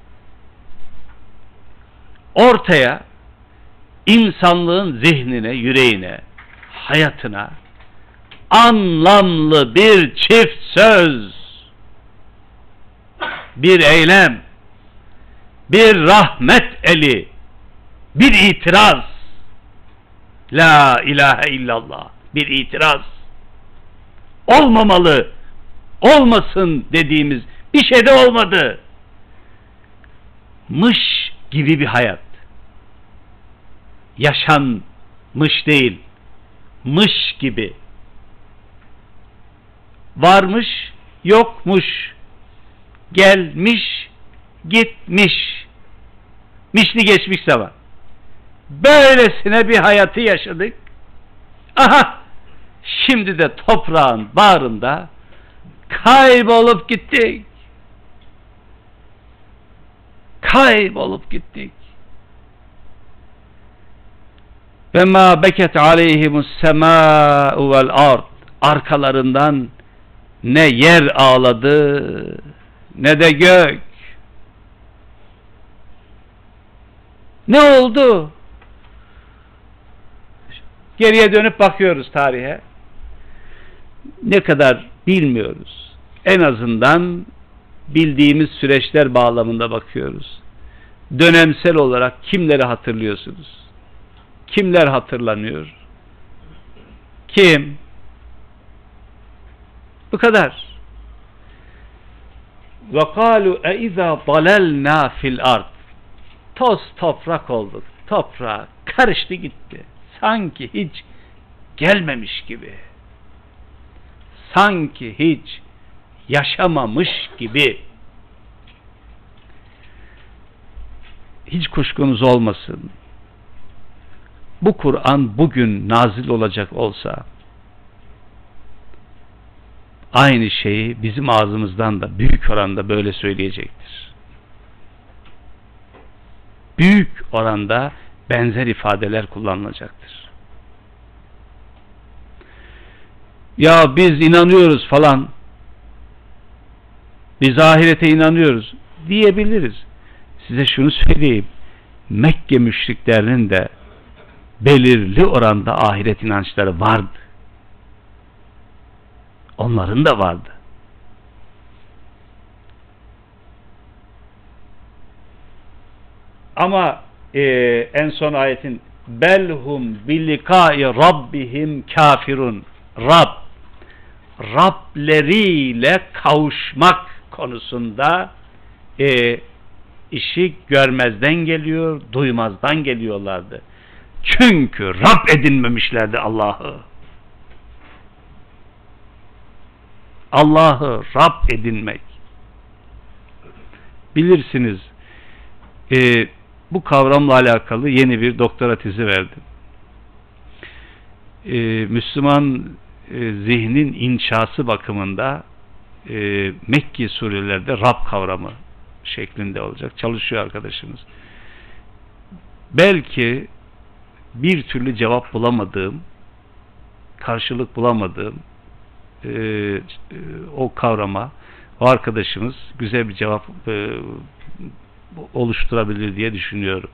Ortaya insanlığın zihnine, yüreğine, hayatına anlamlı bir çift söz, bir eylem, bir rahmet eli, bir itiraz, la ilahe illallah, bir itiraz, olmamalı, olmasın dediğimiz bir şey de olmadı. Mış gibi bir hayat. Yaşanmış değil, mış gibi. Varmış, yokmuş, gelmiş, gitmiş, mişli geçmiş zaman. Böylesine bir hayatı yaşadık. Aha, şimdi de toprağın bağrında kaybolup gittik. Kaybolup gittik. Ve ma beket aleyhimus semâ'u vel ard. Arkalarından ne yer ağladı, ne de gök. Ne oldu? Geriye dönüp bakıyoruz tarihe. Ne kadar bilmiyoruz. En azından bildiğimiz süreçler bağlamında bakıyoruz. Dönemsel olarak kimleri hatırlıyorsunuz? Kimler hatırlanıyor? Kim? Bu kadar. وَقَالُوا اَاِذَا ضَلَلْنَا فِي الْاَرْضِ Toz toprak olduk. Toprağa karıştı gitti. Sanki hiç gelmemiş gibi. Sanki hiç yaşamamış gibi. Hiç kuşkunuz olmasın. Bu Kur'an bugün nazil olacak olsa aynı şeyi bizim ağzımızdan da büyük oranda böyle söyleyecektir. Büyük oranda benzer ifadeler kullanılacaktır. Ya biz inanıyoruz falan, biz ahirete inanıyoruz diyebiliriz. Size şunu söyleyeyim, Mekke müşriklerinin de belirli oranda ahiret inançları vardı. Onların da vardı. Ama en son ayetin belhum bilikai rabbihim kafirun. Rableriyle kavuşmak konusunda işi görmezden geliyor, duymazdan geliyorlardı. Çünkü Rab edinmemişlerdi Allah'ı. Allah'ı Rab edinmek. Bilirsiniz, bu kavramla alakalı yeni bir doktora tezi verdim. Müslüman zihnin inşası bakımında Mekki surelerde Rab kavramı şeklinde olacak. Çalışıyor arkadaşımız. Belki bir türlü cevap bulamadığım, karşılık bulamadığım o kavrama o arkadaşımız güzel bir cevap oluşturabilir diye düşünüyorum.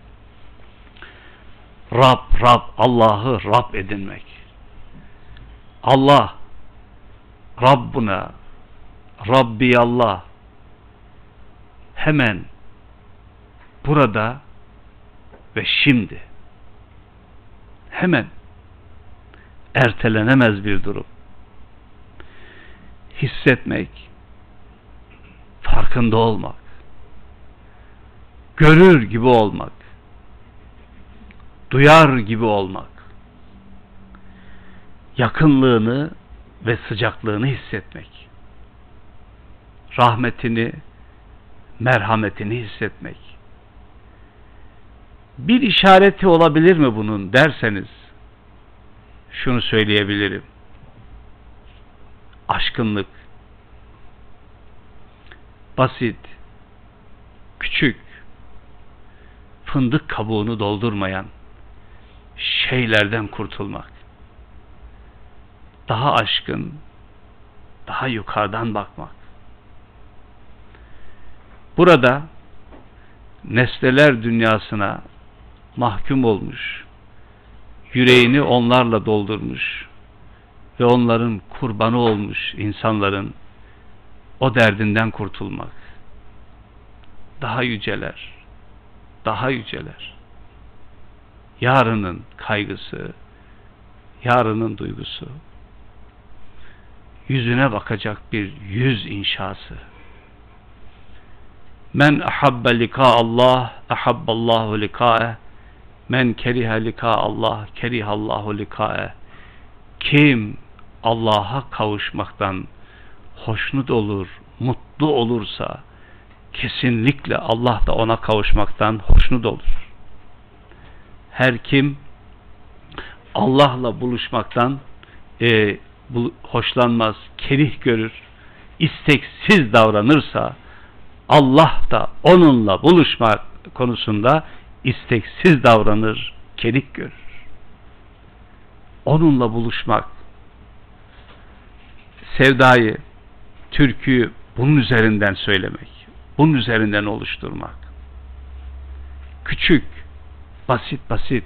Rab, Allah'ı Rab edinmek. Allah, Rabbuna, Rabbi Allah, hemen burada ve şimdi, hemen ertelenemez bir durum. Hissetmek, farkında olmak, görür gibi olmak, duyar gibi olmak, yakınlığını ve sıcaklığını hissetmek, rahmetini, merhametini hissetmek. Bir işareti olabilir mi bunun derseniz, şunu söyleyebilirim. Aşkınlık, basit, küçük, fındık kabuğunu doldurmayan şeylerden kurtulmak. Daha aşkın, daha yukarıdan bakmak. Burada nesneler dünyasına mahkum olmuş, yüreğini onlarla doldurmuş ve onların kurbanı olmuş insanların o derdinden kurtulmak. Daha yüceler, daha yüceler. Yarının kaygısı, yarının duygusu, yüzüne bakacak bir yüz inşası. Men ahabbe lika Allah, ahabballahu likaeh. Men kerihe lika Allah, kerihallahu likaeh. Kim Allah'a kavuşmaktan hoşnut olur, mutlu olursa kesinlikle Allah da ona kavuşmaktan hoşnut olur. Her kim Allah'la buluşmaktan hoşlanmaz, kerih görür, isteksiz davranırsa Allah da onunla buluşmak konusunda isteksiz davranır, kerih görür. Onunla buluşmak, sevdayı, türküyü bunun üzerinden söylemek, bunun üzerinden oluşturmak. Küçük, basit.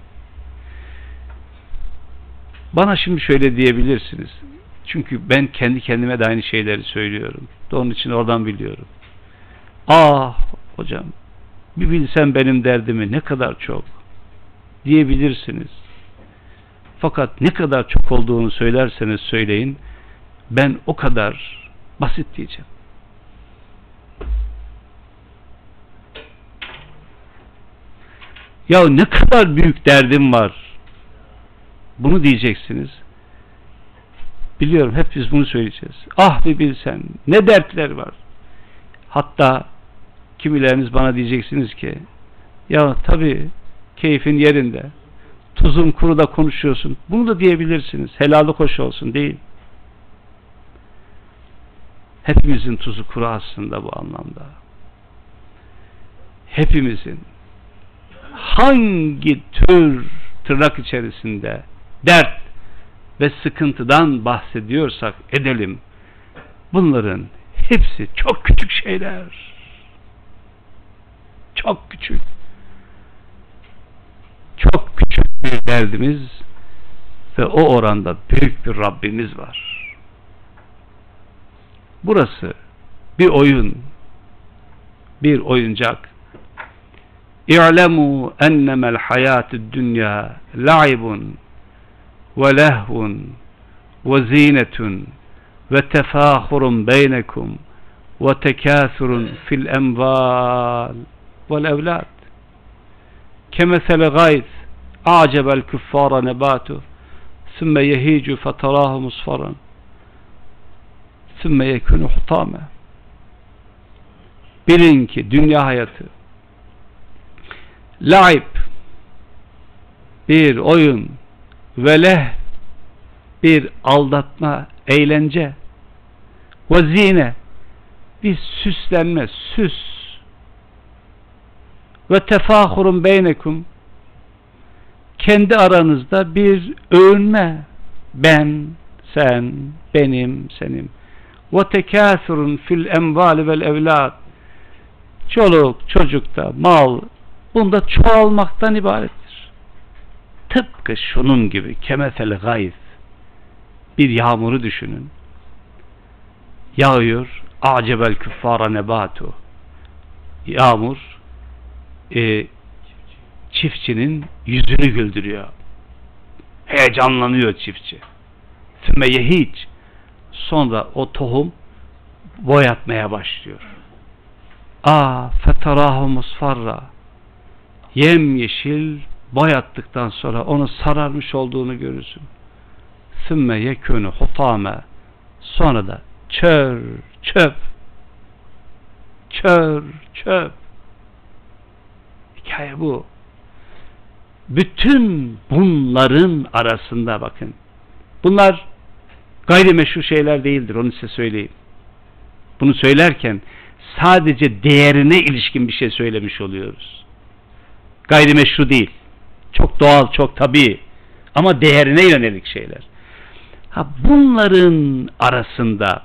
Bana şimdi şöyle diyebilirsiniz. Çünkü ben kendi kendime de aynı şeyleri söylüyorum. Onun için oradan biliyorum. Ah hocam, bir bilsen benim derdimi ne kadar çok diyebilirsiniz. Fakat ne kadar çok olduğunu söylerseniz söyleyin, ben o kadar basit diyeceğim. Ya ne kadar büyük derdim var. Bunu diyeceksiniz. Biliyorum, hep biz bunu söyleyeceğiz. Ah bir bilsen ne dertler var. Hatta kimileriniz bana diyeceksiniz ki ya tabii keyfin yerinde, tuzun kuru da konuşuyorsun. Bunu da diyebilirsiniz. Helalı hoş olsun, değil. Hepimizin tuzu kuru aslında bu anlamda. Hepimizin hangi tür tırnak içerisinde dert ve sıkıntıdan bahsediyorsak edelim, bunların hepsi çok küçük şeyler. Çok küçük. Çok küçük bir derdimiz ve o oranda büyük bir Rabbimiz var. Burası bir oyun, bir oyuncak. İ'lemû ennemel hayâtud dünya la'ibun ve lehvun ve zînetun ve tefâhurun beynekum ve tekâthurun fil emvâl vel evlâd kemesel gayz a'cebel küffâra nebâtu sümme yehîcu feterâhu musfaran sümme yekûnu hutâme. Bilin ki dünya hayatı laib, bir oyun, veleh, bir aldatma, eğlence, ve zine, bir süslenme, süs, ve tefahurun beynekum, kendi aranızda bir övünme, ben, sen, benim, senin, ve tekâthurun fil emvâli vel evlâd, çoluk, çocukta, mal, bunda çoğalmaktan ibarettir. Tıpkı şunun gibi, kemesel gayz, bir yağmuru düşünün. Yağıyor, a'cebel küffâra nebâtu. Yağmur çiftçinin yüzünü güldürüyor. Heyecanlanıyor çiftçi. Sümme yehic, sonra o tohum boyatmaya başlıyor. Feterahu musfarra, yemyeşil boyattıktan sonra onu sararmış olduğunu görürsün. Sümme yekûnü hutâme, sonra da çör, çöp, çör, çöp. Hikaye bu. Bütün bunların arasında bakın. Bunlar gayrimeşru şeyler değildir, onu size söyleyeyim. Bunu söylerken sadece değerine ilişkin bir şey söylemiş oluyoruz. Gayrimeşru değil. Çok doğal, çok tabii. Ama değerine yönelik şeyler. Bunların arasında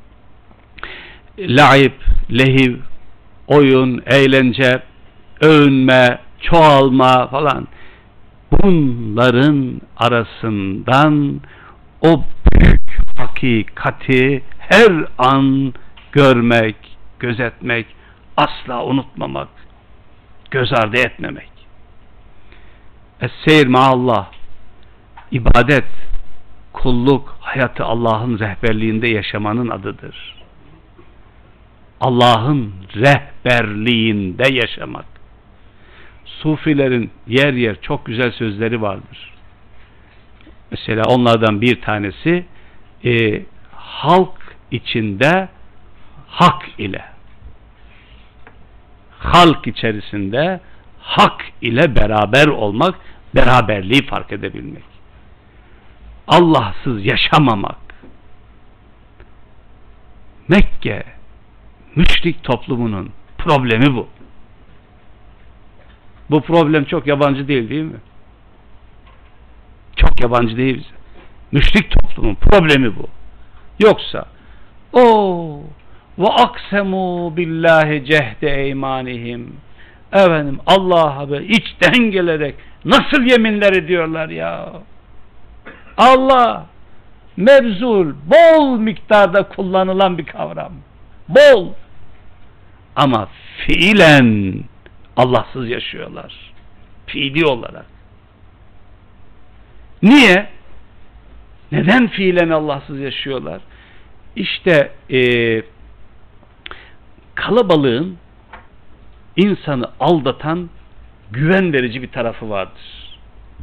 laib, lehiv, oyun, eğlence, övünme, çoğalma falan, bunların arasından o büyük hakikati her an görmek, gözetmek, asla unutmamak, göz ardı etmemek. Es-seyr ma'allah, ibadet, kulluk, hayatı Allah'ın rehberliğinde yaşamanın adıdır. Allah'ın rehberliğinde yaşamak. Sufilerin yer yer çok güzel sözleri vardır. Mesela onlardan bir tanesi halk içinde hak ile, halk içerisinde hak ile beraber olmak, beraberliği fark edebilmek. Allahsız yaşamamak. Mekke müşrik toplumunun problemi bu. Bu problem çok yabancı değil mi? Çok yabancı değil bize. Müşrik toplumun problemi bu. Yoksa o ve aksemu billahi cehde eymanihim, efendim Allah'a böyle içten gelerek nasıl yeminler ediyorlar ya. Allah mevzul, bol miktarda kullanılan bir kavram. Bol. Ama fiilen Allahsız yaşıyorlar. Fiili olarak. Niye? Neden fiilen Allahsız yaşıyorlar? İşte kalabalığın insanı aldatan, güven verici bir tarafı vardır.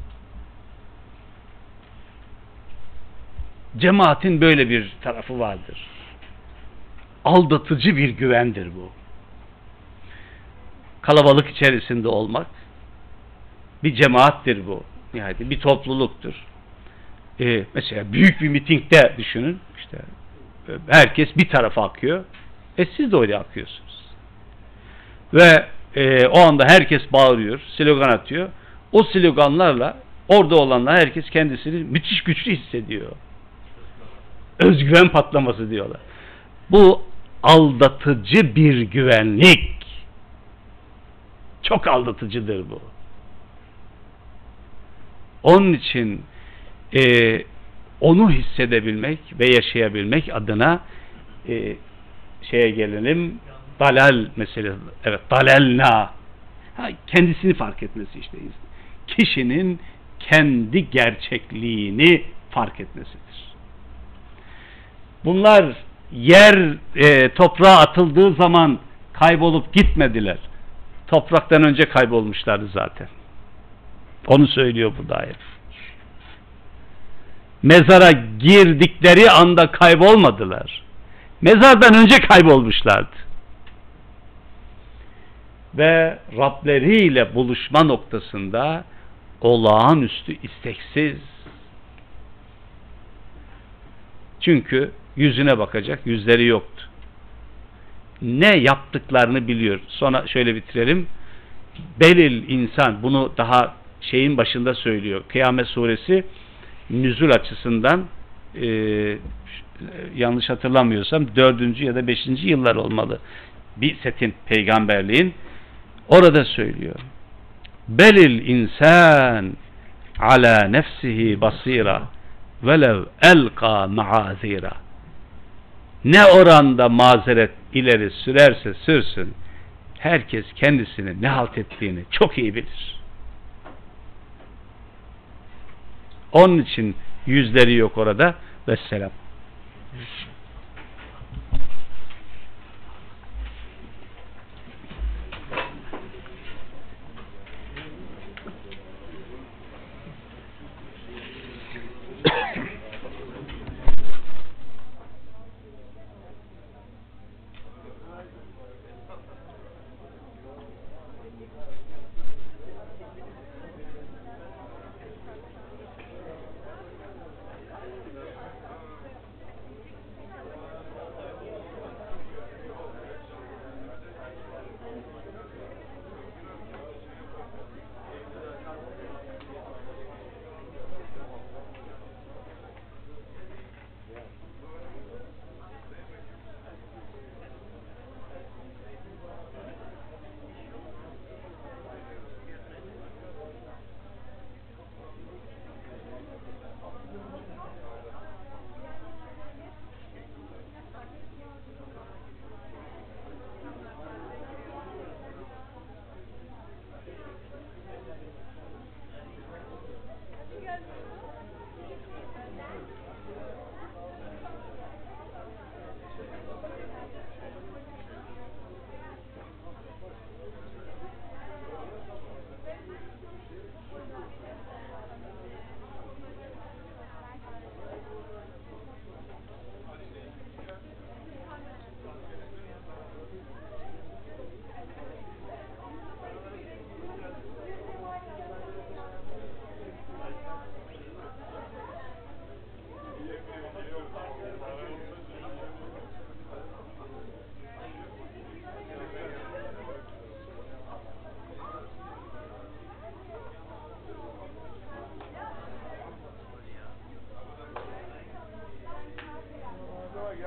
Cemaatin böyle bir tarafı vardır. Aldatıcı bir güvendir bu. Kalabalık içerisinde olmak bir cemaattir bu. Yani bir topluluktur. Mesela büyük bir mitingde düşünün. İşte herkes bir tarafa akıyor. Siz de öyle akıyorsunuz. Ve o anda herkes bağırıyor, slogan atıyor. O sloganlarla orada olanlar, herkes kendisini müthiş güçlü hissediyor. Özgüven patlaması diyorlar. Bu aldatıcı bir güvenlik. Çok aldatıcıdır bu. Onun için onu hissedebilmek ve yaşayabilmek adına şeye gelelim, dalal meselesi. Evet, dalalna. Kendisini fark etmesi işte. Kişinin kendi gerçekliğini fark etmesidir. Bunlar yer toprağa atıldığı zaman kaybolup gitmediler. Topraktan önce kaybolmuşlardı zaten. Onu söylüyor bu da ayet. Mezara girdikleri anda kaybolmadılar. Mezardan önce kaybolmuşlardı. Ve Rableriyle buluşma noktasında olağanüstü isteksiz. Çünkü yüzüne bakacak yüzleri yoktu. Ne yaptıklarını biliyor. Sonra şöyle bitirelim. Belil insan, bunu daha şeyin başında söylüyor. Kıyamet suresi nüzul açısından yanlış hatırlamıyorsam 4. ya da 5. yıllar olmalı. Bir setin peygamberliğin orada söylüyor. Belil insan ala nefsihi basira velev elqa maazira. Ne oranda mazeret ileri sürerse sürsün, herkes kendisini ne halt ettiğini çok iyi bilir. Onun için yüzleri yok orada. Vesselam.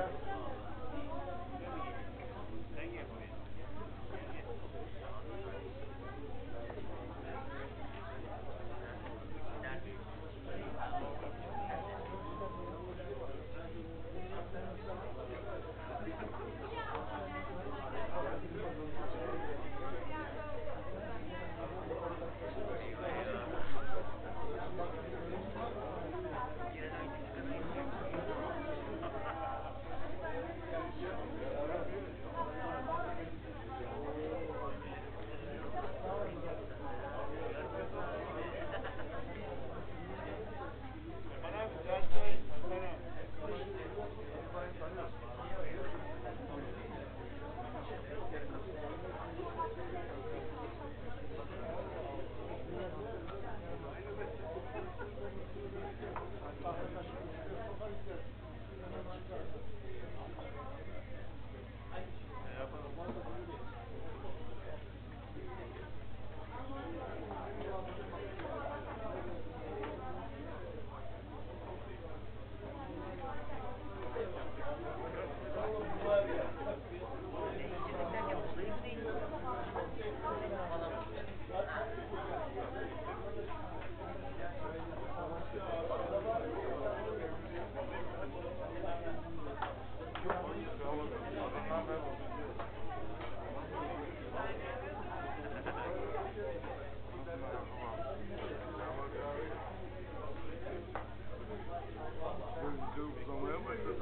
Uzamaya başladı.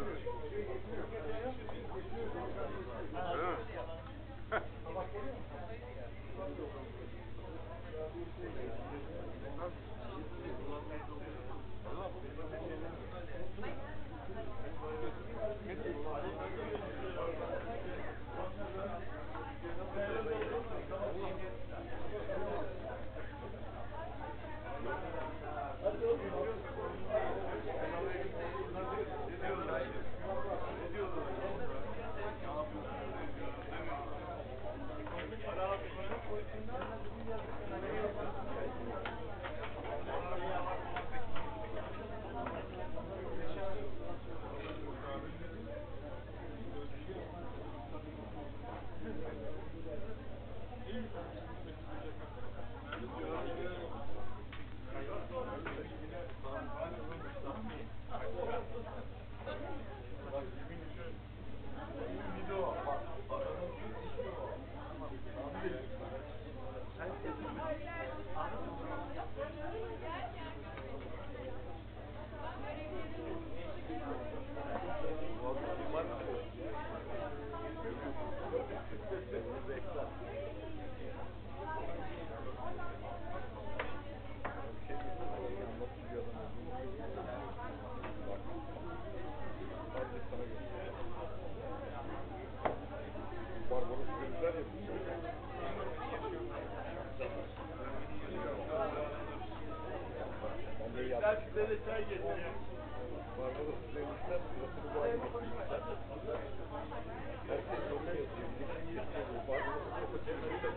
Size çay getireyim. Barbaros demişler, sırasını bu ayı getirmişler. Herkes yolda yazıyor. Barbaros kapatıyorlar.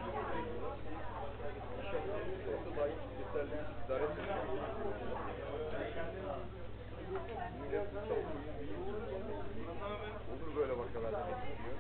Sırası dahi yeterli idare ediyor. Millet olur böyle vakalar demek istiyor.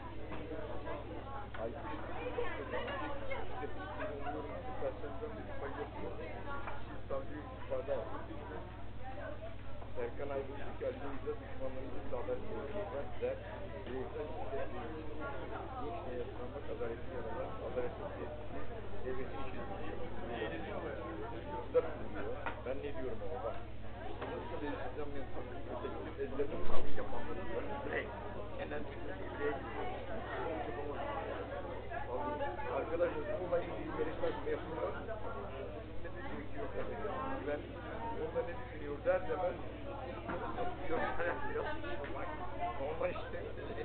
Savcı ifade aldı. Serkan Aybüz'deki Ali Bey'de düşmanlarımızın da haber koyacaklar. Der, bireysel şiddet değil. Nişne yaslanmak, adaleti yaralar, adaletin tesisi, devletin şiddeti. Ben ne diyorum ama bak. Nasıl değiştireceğim ben sana? Ötekinin ellerinin sağlık yapanları diyor. Direkt. Genel birliğe gidiyor. Arkadaşlar bu olayın bir gerekmez mi yapıyor? Ne de gerekiyor tabii. Ben orada ne düşünüyor der demez. Yok, yok. Normal işte.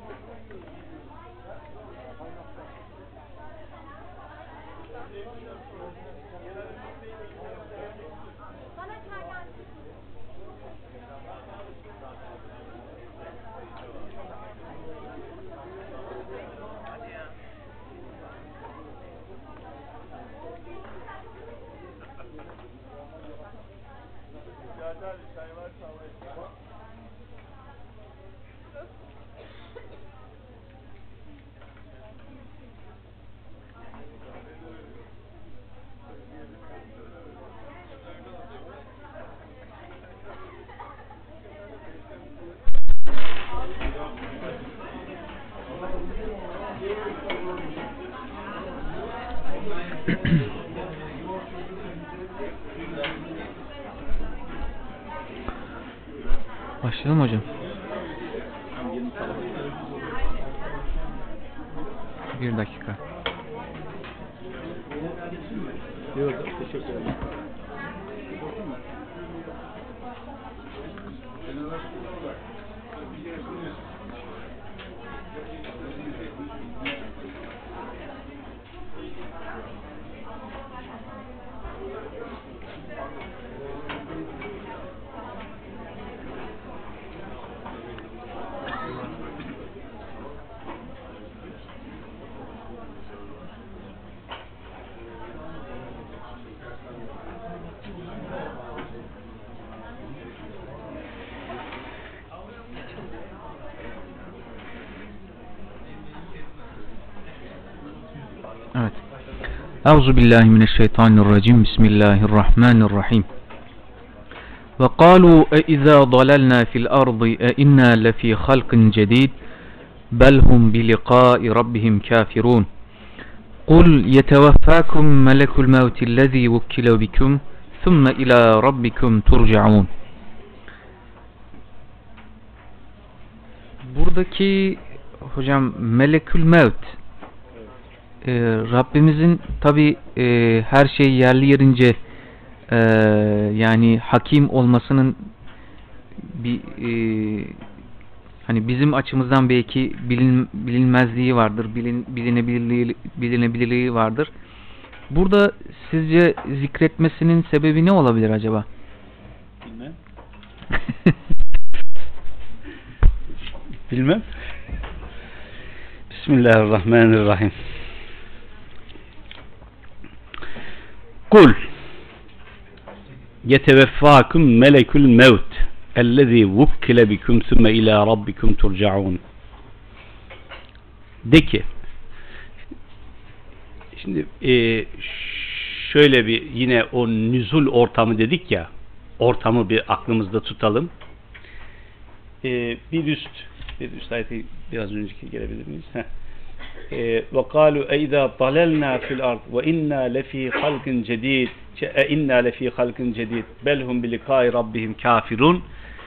Başlayalım hocam. Bir dakika. Yok, teşekkür ederim. Evet. Euzubillahimineşşeytanirracim. Bismillahirrahmanirrahim. Ve kalu izâ dalalnâ fil ardı innâ lefî halkın cedîd bel hum bi liqâi rabbihim kâfirûn. Kul yeteveffâkum melekul mevtillezî vukkile bikum thumme ilâ rabbikum turcaûn. Buradaki hocam melekül mevt, Rabbimizin tabi her şey yerli yerince yani hakim olmasının bir hani bizim açımızdan belki bilinmezliği vardır, bilinebilirliği vardır. Burada sizce zikretmesinin sebebi ne olabilir acaba? Bilmem. Bilmem. Bismillahirrahmanirrahim. Kul yeteveffâkum melekül mevt ellezî vukkile bikum sümme ilâ rabbikum turcaûn. De ki, şimdi şöyle bir yine o nüzul ortamı dedik ya, ortamı bir aklımızda tutalım. Bir üst ayeti biraz önceki gelebilir miyiz? Ve kâlu eydâ dalelnâ fil ard ve innâ lefî halkın cedîd innâ lefî halkın cedîd belhum bi likâi rabbihim kâfirûn.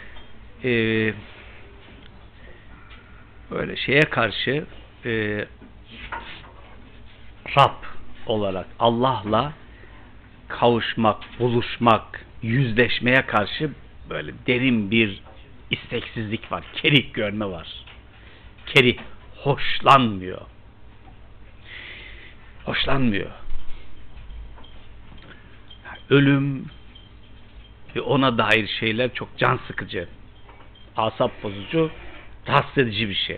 Böyle şeye karşı Rab olarak Allah'la kavuşmak, buluşmak, yüzleşmeye karşı böyle derin bir isteksizlik var. Kerih görme var. Kerih, hoşlanmıyor. Ölüm ve ona dair şeyler çok can sıkıcı, asap bozucu, rahatsız edici bir şey.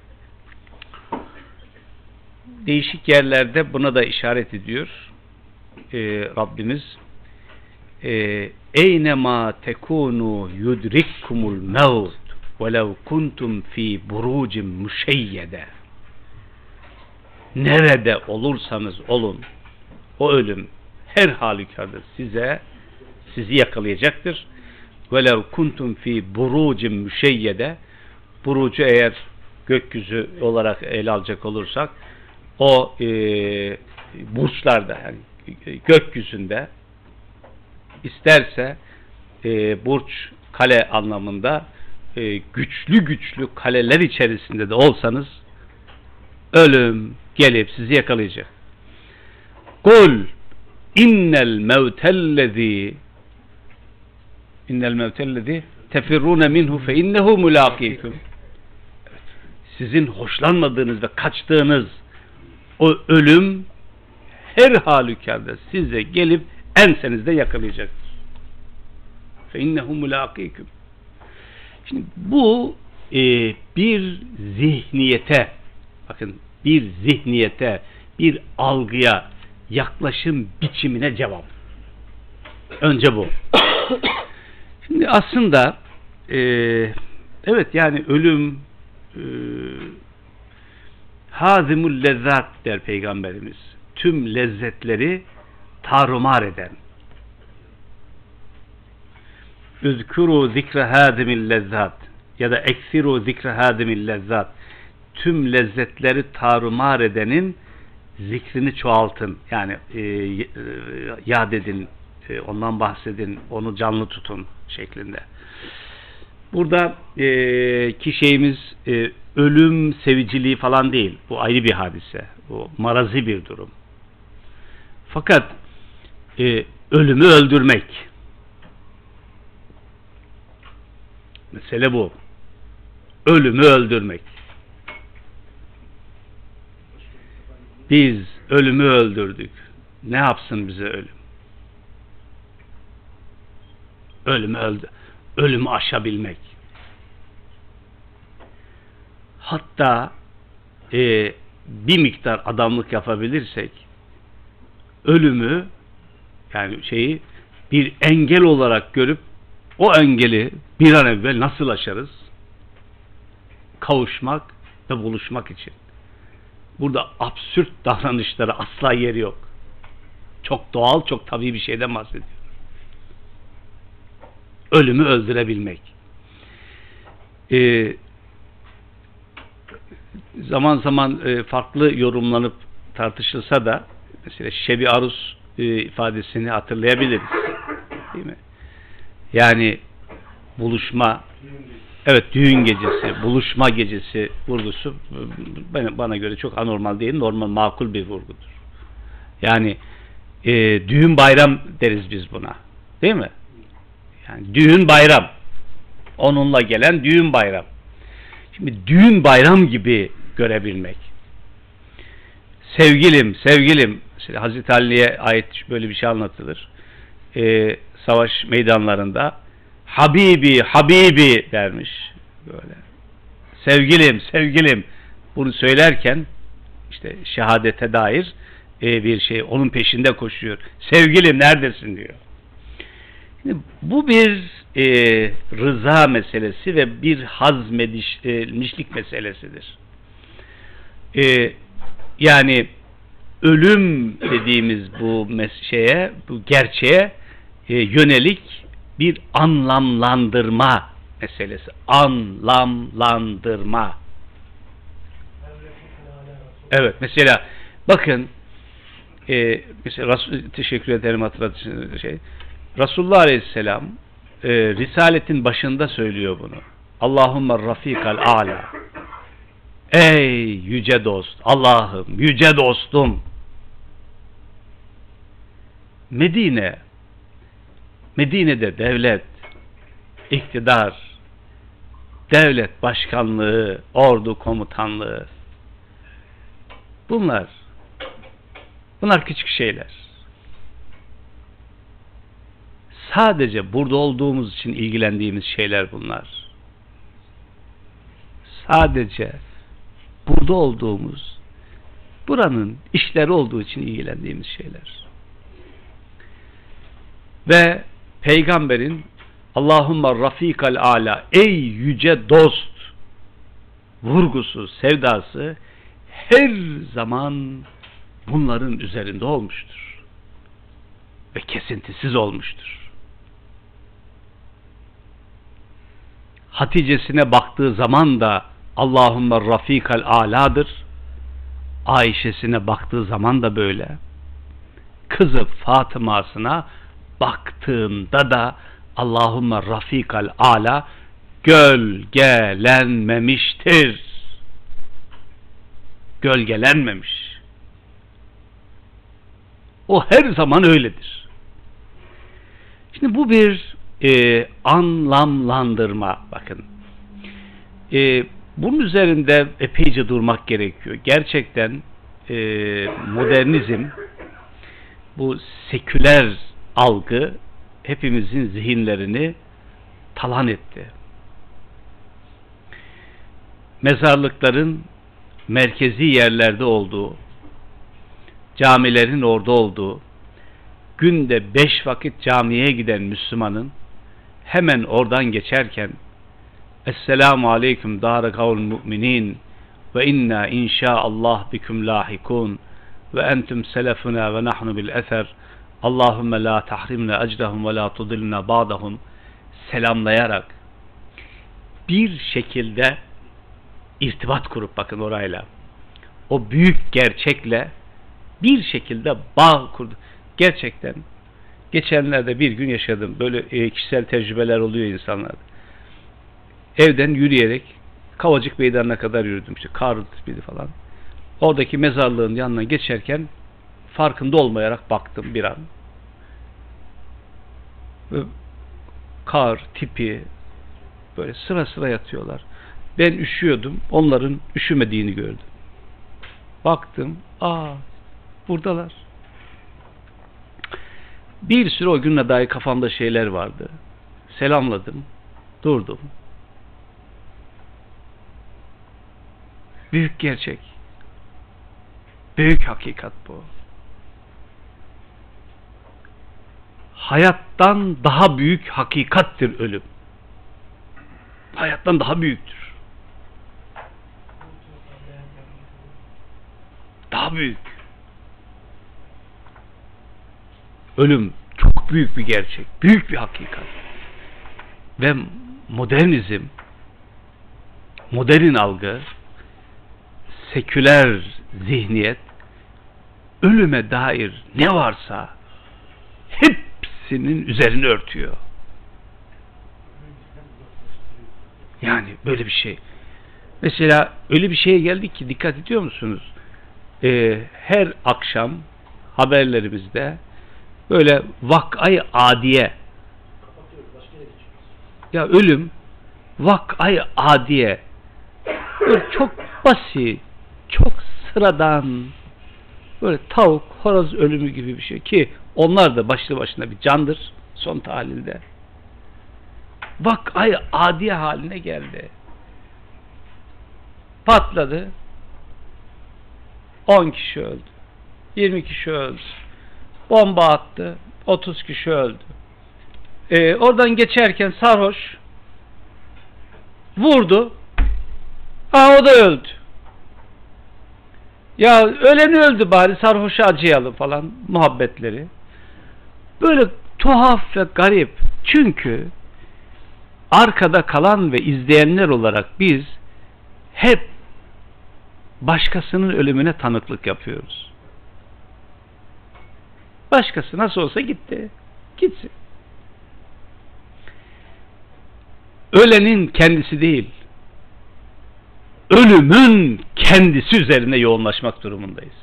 Değişik yerlerde buna da işaret ediyor Rabbimiz. Eynema tekunu yudrikkumul mevt velev kuntum fi burucin müşeyyede. Nerede olursanız olun, o ölüm her halükarda sizi yakalayacaktır. Velev kuntum fi burucin müşeyyede. Burucu eğer gökyüzü olarak ele alacak olursak, o burçlarda, yani gökyüzünde, isterse burç kale anlamında güçlü kaleler içerisinde de olsanız ölüm gelip sizi yakalayacak. Kul innel mevtellezî tefirrûne minhu fe innehu mulâkîküm. sizin hoşlanmadığınız ve kaçtığınız o ölüm her halükarda size gelip ensenizde yakalayacaktır. فَاِنَّهُ مُلَاقِيكُمْ. Şimdi bu bir zihniyete, bakın, bir zihniyete, bir algıya, yaklaşım biçimine cevap. Önce bu. Şimdi aslında evet, yani ölüm hazimul lezzat der Peygamberimiz. Tüm lezzetleri tarumar eden. Üzkuru zikre hazimil lezzat ya da eksiru zikre hazimil lezzat. Tüm lezzetleri tarumar edenin zikrini çoğaltın. Yani yad edin, ondan bahsedin, onu canlı tutun şeklinde. Burada ki şeyimiz ölüm seviciliği falan değil. Bu ayrı bir hadise. Bu marazi bir durum. Fakat ölümü öldürmek. Mesele bu. Ölümü öldürmek. Biz ölümü öldürdük. Ne yapsın bize ölüm? Ölümü aşabilmek. Hatta bir miktar adamlık yapabilirsek ölümü, yani şeyi bir engel olarak görüp o engeli bir an evvel nasıl aşarız? Kavuşmak ve buluşmak için. Burada absürt davranışlara asla yeri yok. Çok doğal, çok tabii bir şeyden bahsediyor. Ölümü öldürebilmek. Zaman zaman farklı yorumlanıp tartışılsa da mesela Şebi Arus ifadesini hatırlayabiliriz. Değil mi? Yani buluşma, evet, düğün gecesi, buluşma gecesi vurgusu bana göre çok anormal değil, normal, makul bir vurgudur. Yani düğün bayram deriz biz buna. Değil mi? Yani düğün bayram. Onunla gelen düğün bayram. Şimdi düğün bayram gibi görebilmek. Sevgilim, Hazreti Ali'ye ait böyle bir şey anlatılır. Savaş meydanlarında Habibi dermiş. Böyle. Sevgilim. Bunu söylerken işte şehadete dair bir şey. Onun peşinde koşuyor. Sevgilim neredesin diyor. Şimdi bu bir rıza meselesi ve bir hazmedilmişlik meselesidir. Yani ölüm dediğimiz bu gerçeğe yönelik bir anlamlandırma meselesi. Anlamlandırma. Evet, mesela bakın mesela teşekkür ederim hatırlattığınız şey. Resulullah Aleyhisselam Risaletin başında söylüyor bunu. Allahümme rafikal a'la. Ey yüce dost, Allah'ım, yüce dostum. Medine'de devlet, iktidar, devlet başkanlığı, ordu komutanlığı, bunlar küçük şeyler. Sadece burada olduğumuz için ilgilendiğimiz şeyler bunlar. Sadece burada olduğumuz, buranın işleri olduğu için ilgilendiğimiz şeyler. Ve Peygamberin Allahümme rafikal ala, ey yüce dost vurgusu, sevdası her zaman bunların üzerinde olmuştur. Ve kesintisiz olmuştur. Hatice'sine baktığı zaman da Allahümme rafikal ala'dır. Ayşe'sine baktığı zaman da böyle. Kızı Fatıma'sına baktığında da Allahümme rafikal ala, gölgelenmemiştir. Gölgelenmemiş. O her zaman öyledir. Şimdi bu bir anlamlandırma. Bakın. Bunun üzerinde epeyce durmak gerekiyor. Gerçekten modernizm, bu seküler algı hepimizin zihinlerini talan etti. Mezarlıkların merkezi yerlerde olduğu, camilerin orada olduğu, günde 5 vakit camiye giden Müslümanın hemen oradan geçerken Esselamu aleyküm dâre kavl mu'minin ve inna inşaallah biküm lahikun ve entüm selefuna ve nahnu bil eser Allahümme la tahrimna ecrahum ve la tudilna ba'dahum selamlayarak bir şekilde irtibat kurup, bakın orayla, o büyük gerçekle bir şekilde bağ kurdu. Gerçekten geçenlerde bir gün yaşadım. Böyle kişisel tecrübeler oluyor insanlarda. Evden yürüyerek Kavacık Meydanı'na kadar yürüdüm. İşte Karlı'ydı falan. Oradaki mezarlığın yanına geçerken farkında olmayarak baktım bir an. Ve kar tipi böyle sıra sıra yatıyorlar. Ben üşüyordum. Onların üşümediğini gördüm. Baktım. Buradalar. Bir süre o günle dair kafamda şeyler vardı. Selamladım. Durdum. Büyük gerçek. Büyük hakikat bu. Hayattan daha büyük hakikattir ölüm. Hayattan daha büyüktür. Daha büyük. Ölüm çok büyük bir gerçek. Büyük bir hakikat. Ve modernizm, modern algı, seküler zihniyet, ölüme dair ne varsa hepsinin üzerini örtüyor. Yani böyle bir şey. Mesela öyle bir şeye geldik ki, dikkat ediyor musunuz? Her akşam haberlerimizde böyle vak'ayı adiye, ya ölüm vak'ayı adiye, böyle çok basit, çok sıradan, böyle tavuk, horoz ölümü gibi bir şey ki onlar da başlı başına bir candır son tahlilde. Vak'ayı adiye haline geldi. Patladı. 10 kişi öldü. 20 kişi öldü. Bomba attı. 30 kişi öldü. Oradan geçerken sarhoş vurdu. O da öldü. Ya öleni öldü, bari sarhoşa acıyalım falan muhabbetleri. Böyle tuhaf ve garip. Çünkü arkada kalan ve izleyenler olarak biz hep başkasının ölümüne tanıklık yapıyoruz. Başkası nasıl olsa gitti. Gitsin. Ölenin kendisi değil, ölümün kendisi üzerine yoğunlaşmak durumundayız.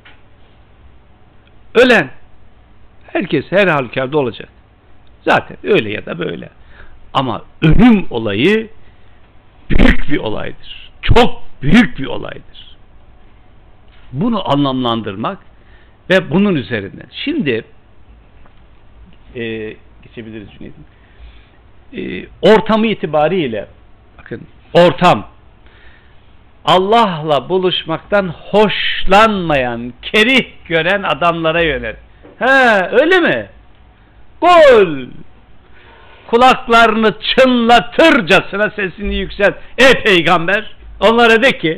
Ölen herkes her halükarda olacak. Zaten öyle ya da böyle. Ama ölüm olayı büyük bir olaydır. Çok büyük bir olaydır. Bunu anlamlandırmak ve bunun üzerinden. Şimdi geçebiliriz Cüneyt'im. Ortamı itibariyle, bakın, ortam Allah'la buluşmaktan hoşlanmayan, kerih gören adamlara yönelik. Öyle mi? Gol! Kulaklarını çınlatırcasına sesini yükselt. Ey peygamber, onlara de ki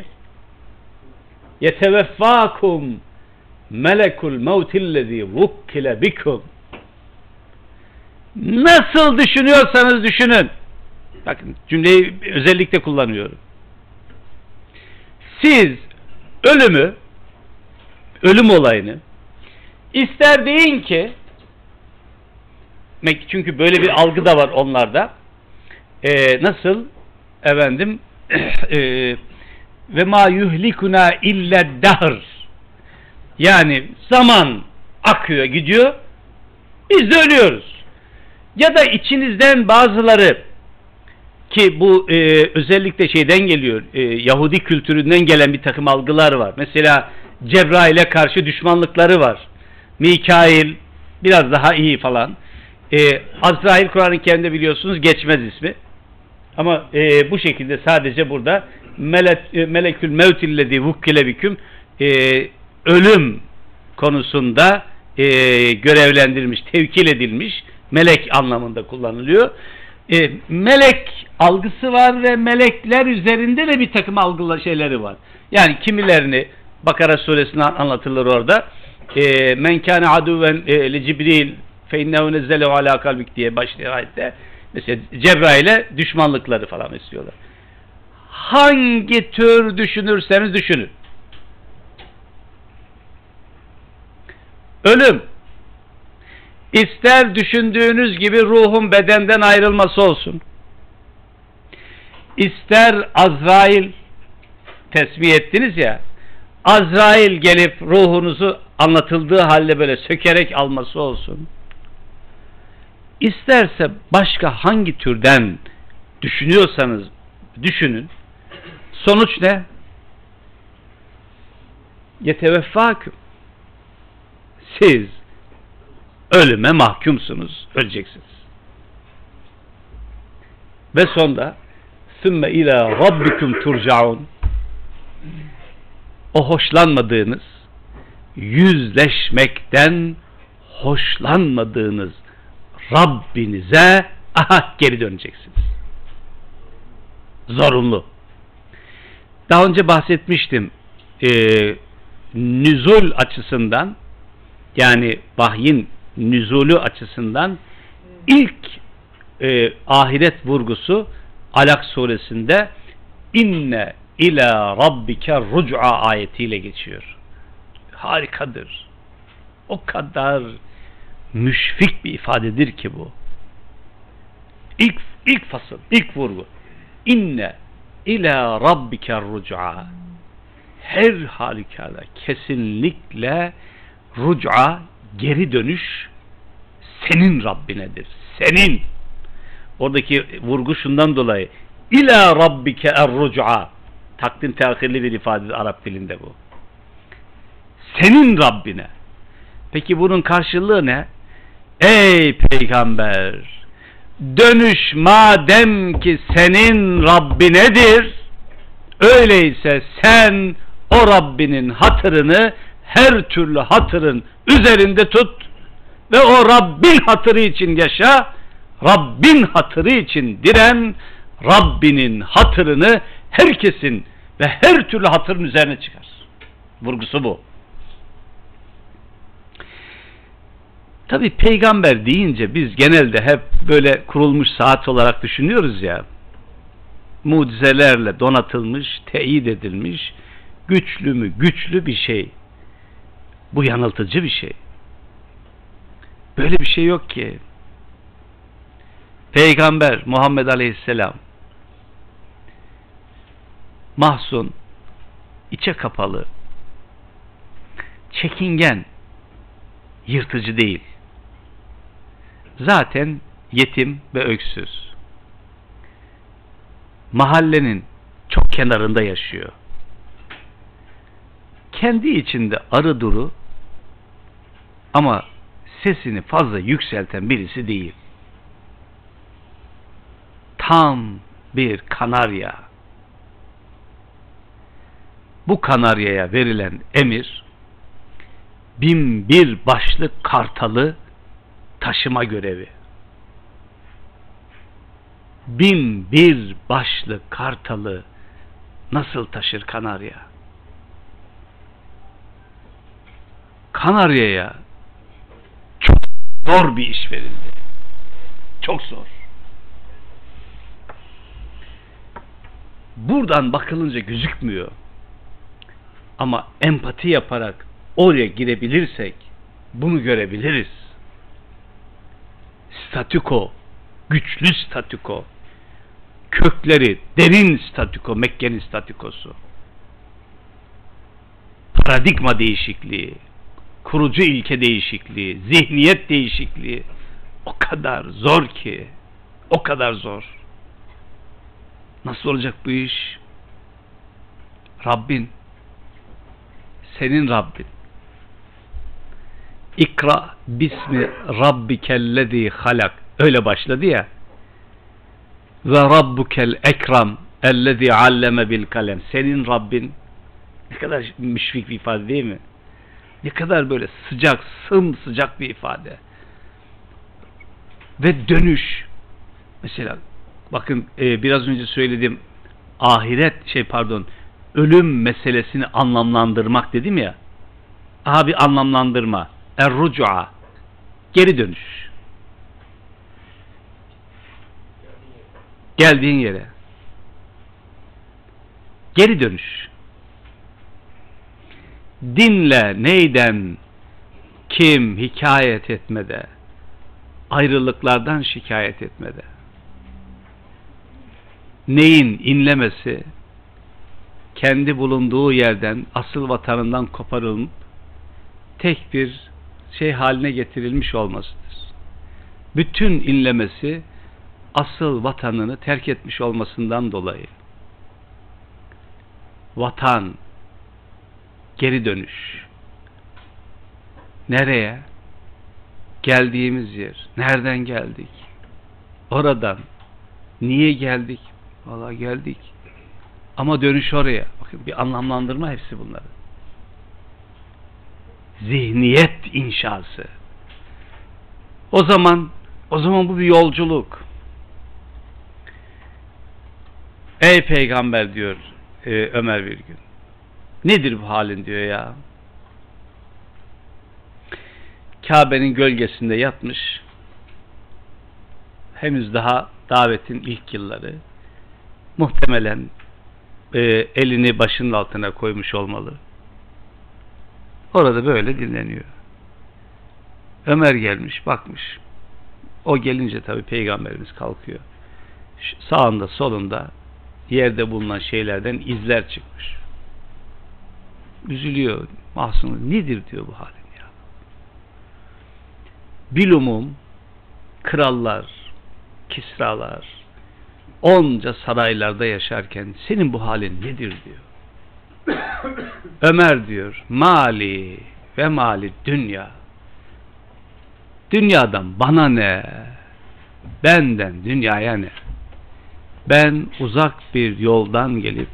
yeteveffakum melekul mevtillezî vukkile bikum. Nasıl düşünüyorsanız düşünün. Bakın, cümleyi özellikle kullanıyorum. Siz ölüm olayını ister deyin ki, çünkü böyle bir algı da var onlarda. Nasıl? Efendim ve ma yuhlikuna illa dahr. Yani zaman akıyor gidiyor. Biz de ölüyoruz. Ya da içinizden bazıları Ki bu özellikle şeyden geliyor, Yahudi kültüründen gelen bir takım algılar var. Mesela Cebrail'e karşı düşmanlıkları var. Mikail biraz daha iyi falan. Azrail Kur'an-ı Kerim'de biliyorsunuz geçmez ismi. Ama bu şekilde sadece burada melekül mevtillezi vukkile biküm ölüm konusunda görevlendirilmiş, tevkil edilmiş, melek anlamında kullanılıyor. Melek algısı var ve melekler üzerinde de bir takım algılar şeyleri var. Yani kimilerini Bakara suresinde anlatılır orada. Men kâne aduven li Cibril fe innehu nezzelehu alâ kalbik diye başlıyor ayette. Mesela Cebrail'e düşmanlıkları falan istiyorlar. Hangi tür düşünürseniz düşünün. Ölüm. İster düşündüğünüz gibi ruhun bedenden ayrılması olsun. İster Azrail tesbih ettiniz ya, Azrail gelip ruhunuzu anlatıldığı halde böyle sökerek alması olsun. İsterse başka hangi türden düşünüyorsanız düşünün. Sonuç ne? Yeteveffâküm. Siz ölüme mahkumsunuz. Öleceksiniz. Ve sonda sümme ilâ rabbikum turcaun. O hoşlanmadığınız, yüzleşmekten hoşlanmadığınız Rabbinize geri döneceksiniz. Zorunlu. Daha önce bahsetmiştim. Nüzul açısından, yani vahyin nüzulü açısından ilk ahiret vurgusu Alak suresinde inne ila rabbike ruc'a ayetiyle geçiyor. Harikadır. O kadar müşfik bir ifadedir ki bu. İlk fasıl, ilk vurgu. İnne ila rabbike ruc'a. Her halükarda kesinlikle ruc'a, geri dönüş senin Rabbinedir. Senin. Oradaki vurgu şundan dolayı ila rabbike er-ruc'a. Takdim tehirli bir ifade Arap dilinde bu. Senin Rabbine. Peki bunun karşılığı ne? Ey peygamber, dönüş madem ki senin Rabbinedir, öyleyse sen o Rabbinin hatırını her türlü hatırın üzerinde tut ve o Rabbin hatırı için yaşa, Rabbin hatırı için diren, Rabbinin hatırını herkesin ve her türlü hatırın üzerine çıkar. Vurgusu bu. Tabi peygamber deyince biz genelde hep böyle kurulmuş saat olarak düşünüyoruz ya, mucizelerle donatılmış, teyit edilmiş, güçlü bir şey. Bu yanıltıcı bir şey. Böyle bir şey yok ki. Peygamber Muhammed Aleyhisselam mahzun, içe kapalı, çekingen, yırtıcı değil. Zaten yetim ve öksüz. Mahallenin çok kenarında yaşıyor. Kendi içinde arı duru ama sesini fazla yükselten birisi değil. Tam bir kanarya. Bu kanaryaya verilen emir 1001 başlık kartalı taşıma görevi. 1001 başlık kartalı nasıl taşır kanarya? Kanaryaya çok zor bir iş verildi. Çok zor. Buradan bakılınca gözükmüyor. Ama empati yaparak oraya girebilirsek bunu görebiliriz. Statüko, güçlü statüko, kökleri derin statüko, Mekke'nin statükosu. Paradigma değişikliği, kurucu ilke değişikliği, zihniyet değişikliği o kadar zor ki, o kadar zor. Nasıl olacak bu iş? Rabbin, senin Rabbin. İkra bismi rabbikellezî halak. Öyle başladı ya. Ve rabbukel ekrem ellezî alleme bil kalem. Senin Rabbin. Ne kadar müşfik bir ifade değil mi? Ne kadar böyle sıcak, sımsıcak bir ifade. Ve dönüş. Mesela bakın biraz önce söylediğim ölüm meselesini anlamlandırmak dedim ya. Aha bir anlamlandırma. Er-rucu'a. Geri dönüş. Geldiğin yere. Geri dönüş. Dinle neyden kim hikayet etmede, ayrılıklardan şikayet etmede. Neyin inlemesi, kendi bulunduğu yerden, asıl vatanından koparılıp tek bir şey haline getirilmiş olmasıdır. Bütün inlemesi asıl vatanını terk etmiş olmasından dolayı. Vatan, geri dönüş. Nereye? Geldiğimiz yer. Nereden geldik? Oradan. Niye geldik? Vallahi geldik. Ama dönüş oraya. Bakın bir anlamlandırma hepsi bunları. Zihniyet inşası. O zaman bu bir yolculuk. Ey peygamber diyor Ömer bir gün. Nedir bu halin diyor ya. Kabe'nin gölgesinde yatmış. Henüz daha davetin ilk yılları. Muhtemelen elini başının altına koymuş olmalı. Orada böyle dinleniyor. Ömer gelmiş, bakmış. O gelince tabii peygamberimiz kalkıyor. Sağında solunda yerde bulunan şeylerden izler çıkmış. Üzülüyor. Mahzun, nedir diyor bu halin ya. Bilumum krallar, Kisralar onca saraylarda yaşarken senin bu halin nedir diyor. Ömer diyor, mali ve mali dünya. Dünyadan bana ne? Benden dünyaya ne? Ben uzak bir yoldan gelip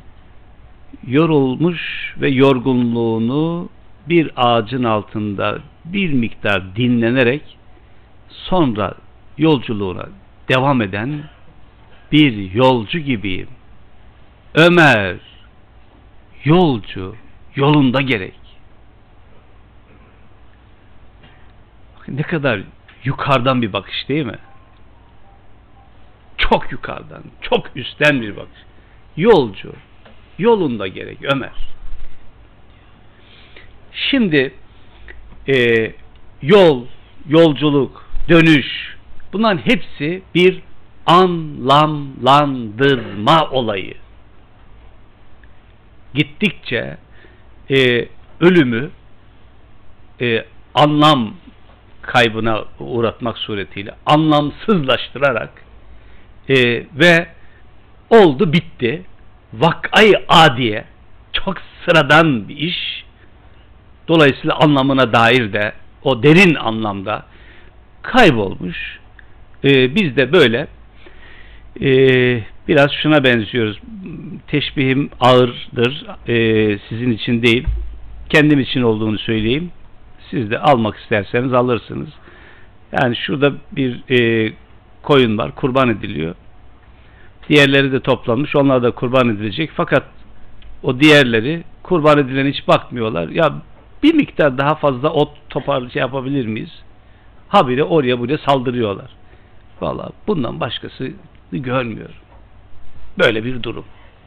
yorulmuş ve yorgunluğunu bir ağacın altında bir miktar dinlenerek sonra yolculuğuna devam eden bir yolcu gibiyim. Ömer yolcu, yolunda gerek. Bakın ne kadar yukarıdan bir bakış değil mi? Çok yukarıdan, çok üstten bir bakış. Yolcu, yolunda gerek Ömer. Şimdi yolculuk, dönüş, bunların hepsi bir anlamlandırma olayı. Gittikçe ölümü anlam kaybına uğratmak suretiyle anlamsızlaştırarak ve oldu bitti vakayı adiye, çok sıradan bir iş, dolayısıyla anlamına dair de o derin anlamda kaybolmuş. Biz de böyle biraz şuna benziyoruz. Teşbihim ağırdır. Sizin için değil. Kendim için olduğunu söyleyeyim. Siz de almak isterseniz alırsınız. Yani şurada bir koyun var. Kurban ediliyor. Diğerleri de toplanmış. Onlar da kurban edilecek. Fakat o diğerleri kurban edilen hiç bakmıyorlar. Ya bir miktar daha fazla ot yapabilir miyiz? Habire oraya buraya saldırıyorlar. Vallahi bundan başkası görmüyorum. Böyle bir durum.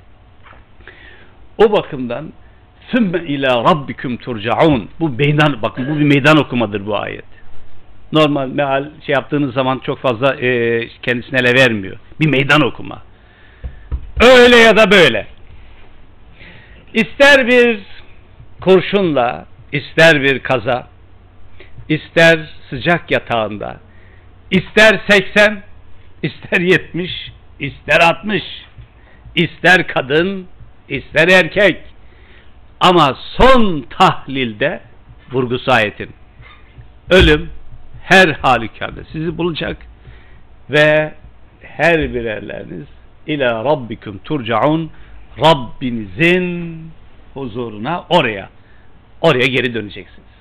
O bakımdan sümme ila rabbikum turcaun. Bu meydan, bakın bu bir meydan okumadır bu ayet. Normal meal yaptığınız zaman çok fazla kendisine ele vermiyor. Bir meydan okuma. Öyle ya da böyle. İster bir kurşunla, ister bir kaza, ister sıcak yatağında, ister 80, ister 70, ister 60. ister kadın, ister erkek. Ama son tahlilde vurgusu ayetin. Ölüm her halükarda sizi bulacak ve her birerleriniz ila rabbikum turcaun, Rabbinizin huzuruna, oraya geri döneceksiniz.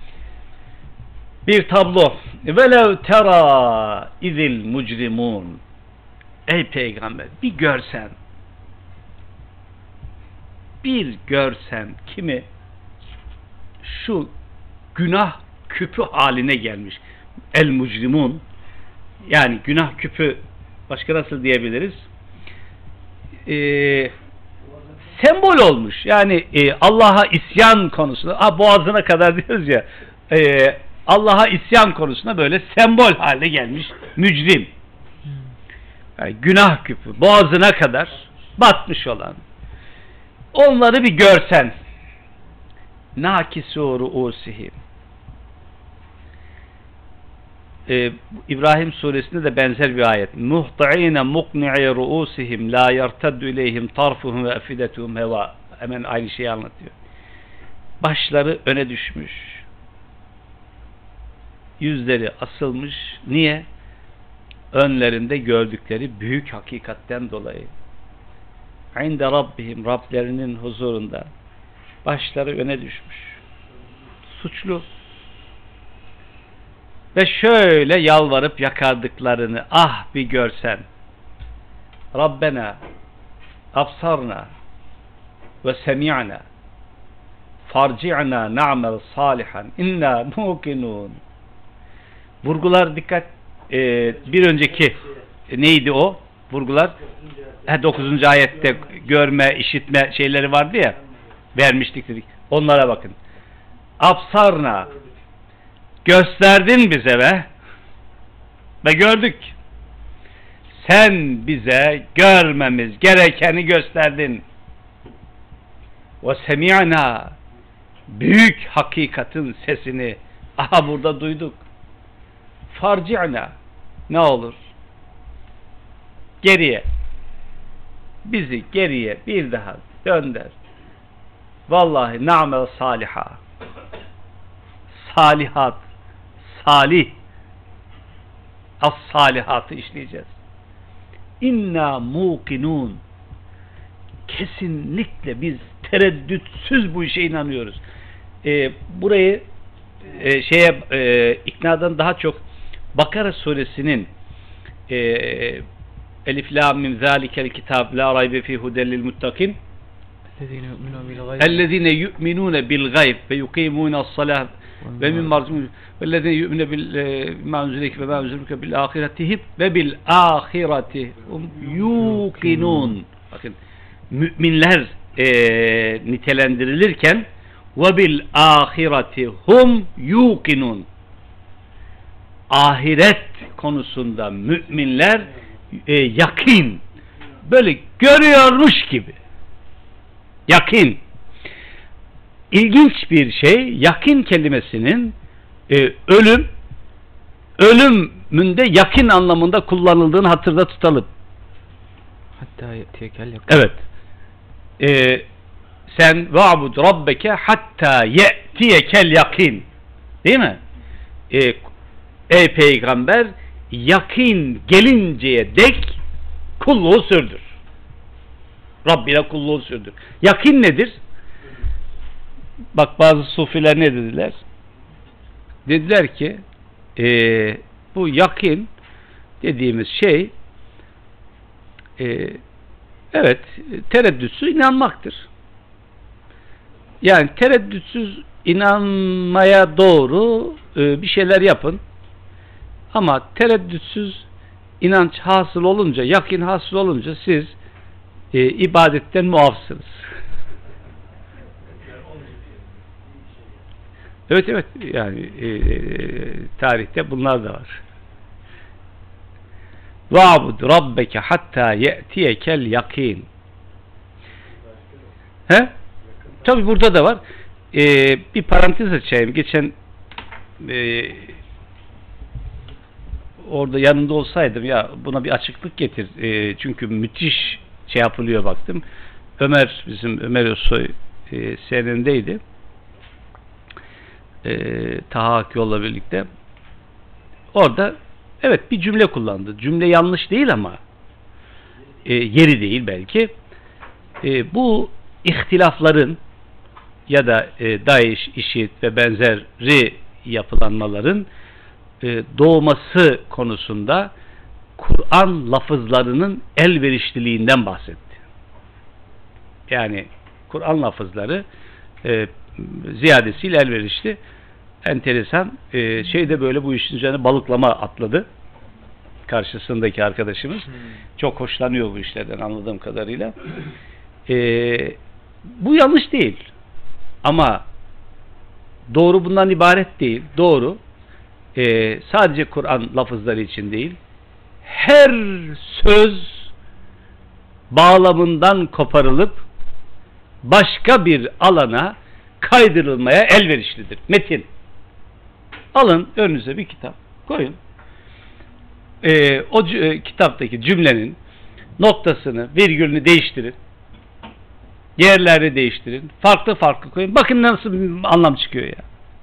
Bir tablo. Velev tera izil mucrimun. Ey peygamber, bir görsen kimi şu günah küpü haline gelmiş. El mucrimun, yani günah küpü, başka nasıl diyebiliriz? Sembol olmuş. Yani Allah'a isyan konusunda, boğazına kadar diyoruz ya, Allah'a isyan konusunda böyle sembol haline gelmiş mücrim. Yani günah küpü boğazına kadar batmış olan. Onları bir görsen. Nakisû ruûsihim. İbrahim suresinde de benzer bir ayet. Muhtaîne mukni'i ruûsihim la yerteddu ileyhim tarfuhum ve efidetuhum heva. Hemen aynı şeyi anlatıyor. Başları öne düşmüş. Yüzleri asılmış. Niye? Önlerinde gördükleri büyük hakikatten dolayı. İnde Rabbihim, Rablerinin huzurunda başları öne düşmüş. Suçlu. Ve şöyle yalvarıp yakardıklarını bir görsen. Rabbena absarna ve semi'na farci'na na'mel salihan inna muqinun. Vurgular dikkat. Bir önceki neydi o? Vurgular 9. ayette görme, işitme şeyleri vardı ya, vermiştik dedik. Onlara bakın. Absarna, gösterdin bize ve gördük. Sen bize görmemiz gerekeni gösterdin. Ve semi'na, büyük hakikatin sesini burada duyduk. Farci'na, ne olur? Geriye. Bizi geriye bir daha dönder. Vallahi na'mel saliha. Salihat. Salih. As-salihatı işleyeceğiz. İnna muqinun. Kesinlikle biz tereddütsüz bu işe inanıyoruz. Burayı iknadan daha çok Bakara suresinin Elif la mim zalikel kitab la raybe fi huden lil muttakin ellezine yu'minune bil gayb ve yuqimunas salah ve mimma razaqnahum vellezine yu'minune bima unzileke ve ma unzileke bil ahireti ve bil ahireti yuqinun. Bakın, müminler nitelendirilirken ve bil ahireti hum yuqinun. Ahiret konusunda müminler yakin, böyle görüyormuş gibi. Yakin. İlginç bir şey, yakin kelimesinin ölümünde yakin anlamında kullanıldığını hatırda tutalım. Hatta ye'tiyekel yakin. Evet. Sen va'bud rabbeke hatta ye'tiyekel yakin. Değil mi? Ey peygamber, yakin gelinceye dek kulluğu sürdür. Rabbine kulluğu sürdür. Yakin nedir? Bak, bazı sufiler ne dediler? Dediler ki bu yakin dediğimiz şey evet, tereddütsüz inanmaktır. Yani tereddütsüz inanmaya doğru bir şeyler yapın. Ama tereddütsüz inanç hasıl olunca, yakin hasıl olunca siz ibadetten muafsınız. Evet, yani tarihte bunlar da var. Va'bud rabbeke hatta ye'tiyekel yakin. Tabi burada da var. Bir parantez açayım. Geçen orada yanında olsaydım, ya buna bir açıklık getir. Çünkü müthiş şey yapılıyor baktım. Bizim Ömer Özsoy senindeydi. Taha Akyol'la birlikte. Orada evet bir cümle kullandı. Cümle yanlış değil ama yeri değil belki. Bu ihtilafların ya da DAEŞ, IŞİD ve benzeri yapılanmaların doğması konusunda Kur'an lafızlarının elverişliliğinden bahsetti. Yani Kur'an lafızları ziyadesiyle elverişli. Enteresan. Şeyde böyle bu işin üzerine balıklama atladı. Karşısındaki arkadaşımız. Çok hoşlanıyor bu işlerden anladığım kadarıyla. Bu yanlış değil. Ama doğru bundan ibaret değil. Doğru. Sadece Kur'an lafızları için değil. Her söz bağlamından koparılıp başka bir alana kaydırılmaya elverişlidir. Metin. Alın önünüze bir kitap. Koyun. O kitaptaki cümlenin noktasını, virgülünü değiştirin. Yerlerini değiştirin. Farklı farklı koyun. Bakın nasıl bir anlam çıkıyor ya.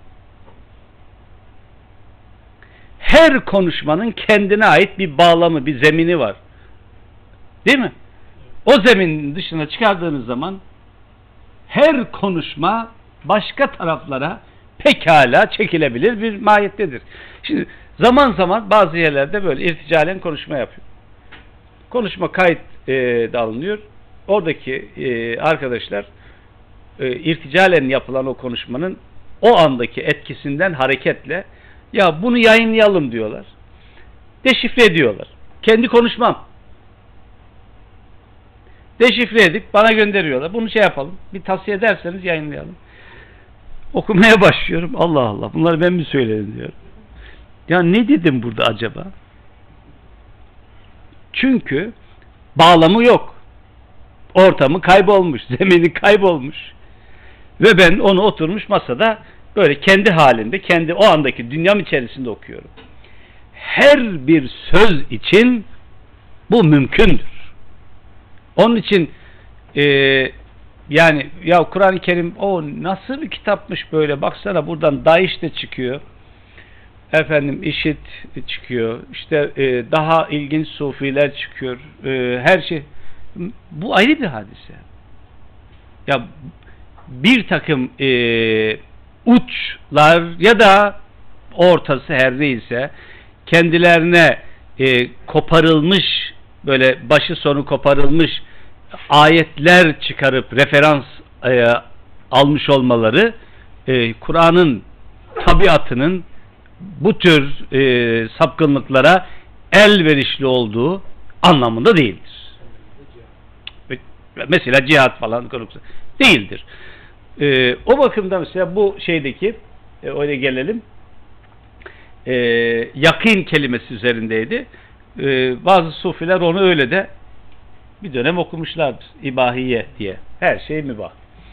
Her konuşmanın kendine ait bir bağlamı, bir zemini var. Değil mi? O zeminin dışına çıkardığınız zaman her konuşma başka taraflara pekala çekilebilir bir mahiyettedir. Şimdi zaman zaman bazı yerlerde böyle irticalen konuşma yapıyor. Konuşma kayıt da alınıyor. Oradaki arkadaşlar irticalen yapılan o konuşmanın o andaki etkisinden hareketle ya bunu yayınlayalım diyorlar. Deşifre ediyorlar. Kendi konuşmam. Deşifre edip bana gönderiyorlar. Bunu şey yapalım. Bir tavsiye ederseniz yayınlayalım. Okumaya başlıyorum. Allah Allah. Bunları ben mi söyledim diyorum. Ya ne dedim burada acaba? Çünkü bağlamı yok. Ortamı kaybolmuş. Zemini kaybolmuş. Ve ben onu oturmuş masada böyle kendi halinde, kendi o andaki dünyam içerisinde okuyorum. Her bir söz için bu mümkündür. Onun için yani ya Kur'an-ı Kerim o nasıl bir kitapmış böyle, baksana buradan DAEŞ de çıkıyor, efendim IŞİD çıkıyor, işte daha ilginç sufiler çıkıyor, her şey, bu ayrı bir hadise. Ya bir takım uçlar ya da ortası her neyse kendilerine koparılmış, böyle başı sonu koparılmış ayetler çıkarıp referans almış olmaları Kur'an'ın tabiatının bu tür sapkınlıklara elverişli olduğu anlamında değildir. Mesela cihat falan değildir. O bakımdan mesela bu şeydeki öyle gelelim, yakîn kelimesi üzerindeydi. Bazı sufiler onu öyle de bir dönem okumuşlardır. İbahiye diye. Her şey mübah.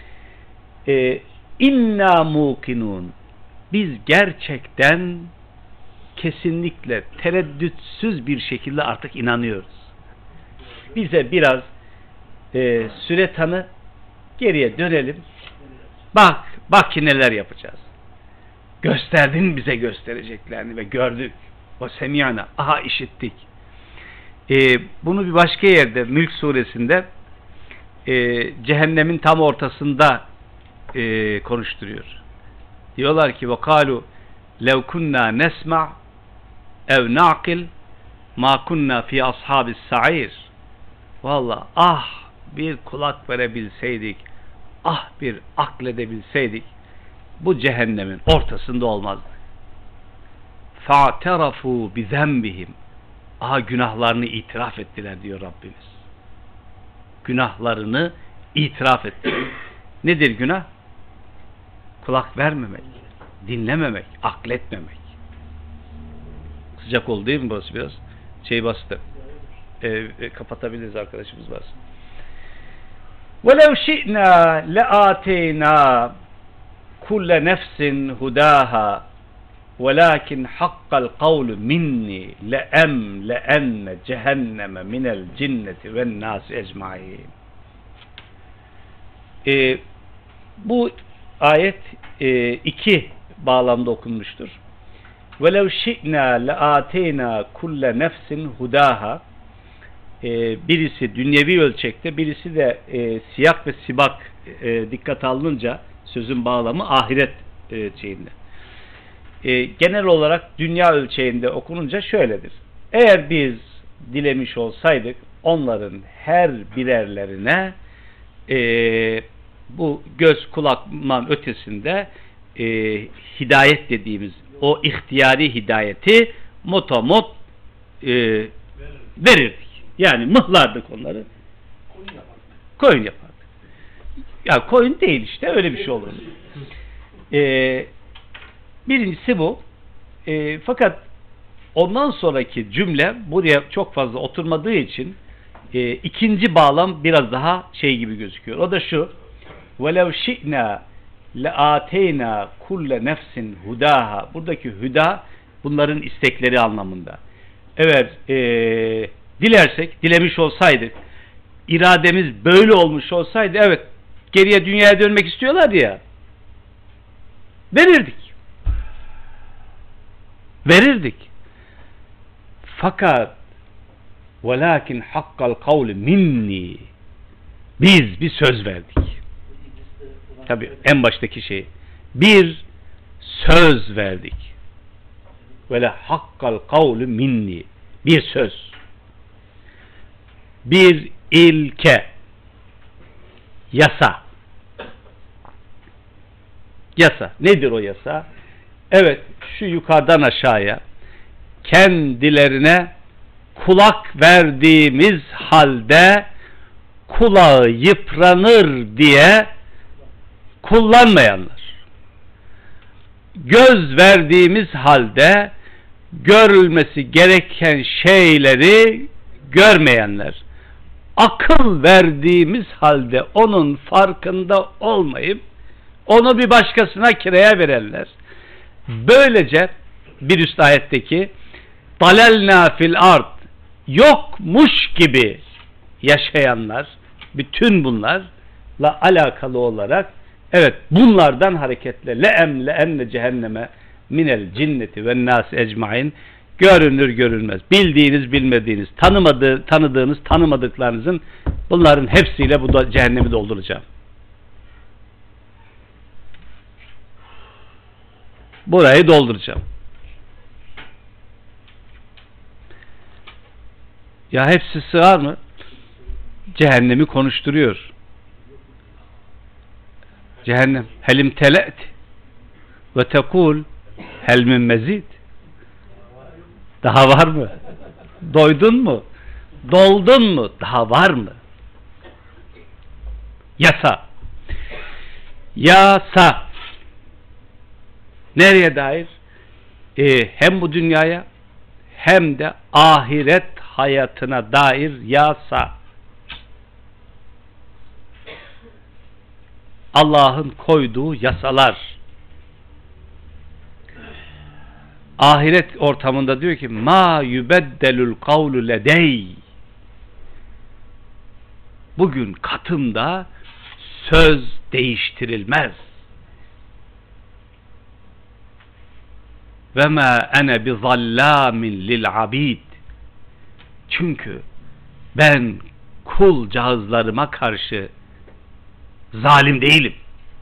İnna mukinun. Biz gerçekten kesinlikle tereddütsüz bir şekilde artık inanıyoruz. Bize biraz süre tanı, geriye dönelim. Bak ki neler yapacağız. Gösterdin bize göstereceklerini ve gördük. O semiyana. Aha işittik. Bunu bir başka yerde Mülk suresinde cehennemin tam ortasında konuşturuyor. Diyorlar ki وَقَالُوا لَوْ كُنَّا نَسْمَعْ اَوْ نَعْقِلْ مَا كُنَّا فِي أَصْحَابِ السَّعِيرِ. Vallahi bir kulak verebilseydik, bir akledebilseydik bu cehennemin ortasında olmazdı. فَاَعْتَرَفُوا بِذَنْبِهِمْ. Günahlarını itiraf ettiler diyor Rabbimiz. Günahlarını itiraf ettiler. Nedir günah? Kulak vermemek, dinlememek, akletmemek. Sıcak oldu değil mi burası biraz? Bastı. Kapatabiliriz arkadaşımız varsa. وَلَوْ شِئْنَا لَآتَيْنَا كُلَّ نَفْسٍ هُدَاهَا velakin hakkal kavlu minni le'enne cehenneme minel cinneti ven nasi ecmaîn. Bu ayet iki bağlamda okunmuştur. Velev şi'na le'ateyna kulle nefsin hudaha. Birisi dünyevi ölçekte, birisi de siyak ve sibak dikkate alınınca sözün bağlamı ahiret şeyinde. Genel olarak dünya ölçeğinde okununca şöyledir. Eğer biz dilemiş olsaydık onların her birerlerine bu göz kulakman ötesinde hidayet dediğimiz o ihtiyari hidayeti motomot verirdik. Yani mıhlardık onları. Koyun yapardık. Ya koyun değil işte, öyle bir şey olur. Birincisi bu. Fakat ondan sonraki cümle buraya çok fazla oturmadığı için ikinci bağlam biraz daha şey gibi gözüküyor. O da şu: وَلَوْ شِئْنَا لَآتَيْنَا كُلَّ نَفْسٍ هُدَاهَا. Buradaki hüda bunların istekleri anlamında. Evet, dilersek, dilemiş olsaydık, irademiz böyle olmuş olsaydı, evet, geriye dünyaya dönmek istiyorlar ya, verirdik. Verirdik. Fakat velakin hakkal kavli minni, biz bir söz verdik. Tabii en baştaki şey, bir söz verdik. Vele hakkal kavli minni, bir söz, bir ilke, yasa. Yasa. Nedir o yasa? Evet, şu yukarıdan aşağıya kendilerine kulak verdiğimiz halde kulağı yıpranır diye kullanmayanlar, göz verdiğimiz halde görülmesi gereken şeyleri görmeyenler, akıl verdiğimiz halde onun farkında olmayıp onu bir başkasına kiraya verenler, böylece bir üst ayetteki dalelna fil ard, yokmuş gibi yaşayanlar, bütün bunlarla alakalı olarak, evet, bunlardan hareketle le'enne cehenneme minel cinneti ve nâs ecmaîn, görünür görünmez, bildiğiniz bilmediğiniz, tanıdığınız tanımadıklarınızın, bunların hepsiyle bu da cehennemi dolduracağım. Burayı dolduracağım. Ya hepsi sığar mı? Cehennemi konuşturuyor. Cehennem helim telet ve tekul hel min mezid. Daha var mı? Doydun mu? Doldun mu? Daha var mı? Yasa. Yasa. Nereye dair? Hem bu dünyaya hem de ahiret hayatına dair yasa. Allah'ın koyduğu yasalar. Ahiret ortamında diyor ki ma yubeddelul kavlu ledey. Bugün katımda söz değiştirilmez. Ve ma ene bi zallamin lil abid. Çünkü ben kul cihazlarıma karşı zalim değilim.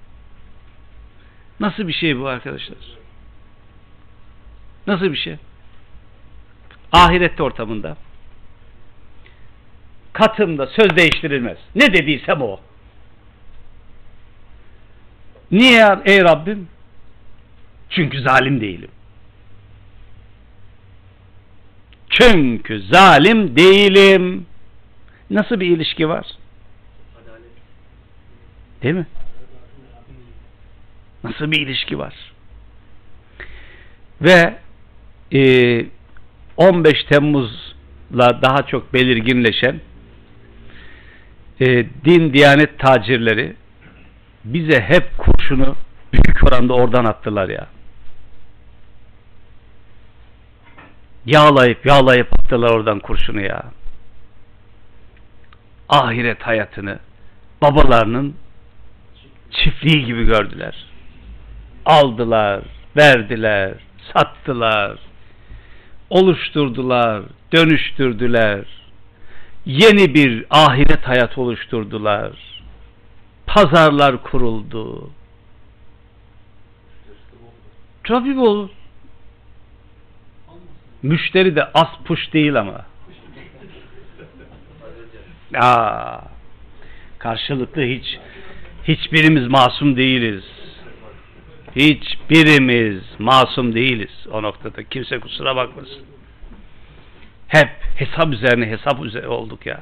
Nasıl bir şey bu arkadaşlar? Nasıl bir şey? Ahirette ortamında katımda söz değiştirilmez. Ne dediysem o. Niye ey Rabbim? Çünkü zalim değilim. Çünkü zalim değilim. Nasıl bir ilişki var? Değil mi? Nasıl bir ilişki var? Ve 15 Temmuz'la daha çok belirginleşen din diyanet tacirleri bize hep kurşunu büyük oranda oradan attılar ya. Yağlayıp attılar oradan kurşunu ya. Ahiret hayatını babalarının çiftliği gibi gördüler. Aldılar, verdiler, sattılar, oluşturdular, dönüştürdüler. Yeni bir ahiret hayat oluşturdular. Pazarlar kuruldu. Tabii bu olur. Müşteri de az puş değil ama. Karşılıklı hiçbirimiz masum değiliz. Hiçbirimiz masum değiliz o noktada. Kimse kusura bakmasın. Hep hesap üzerine hesap üzerine olduk ya.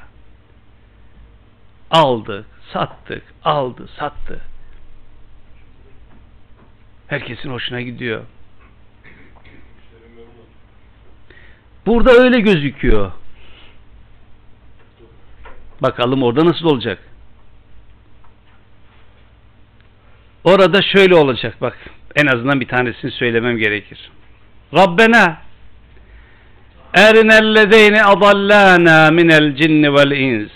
Aldık, sattık, aldı, sattı. Herkesin hoşuna gidiyor. Burada öyle gözüküyor. Bakalım orada nasıl olacak? Orada şöyle olacak bak. En azından bir tanesini söylemem gerekir. Rabbena erinellezeyne adallana minel cinni vel ins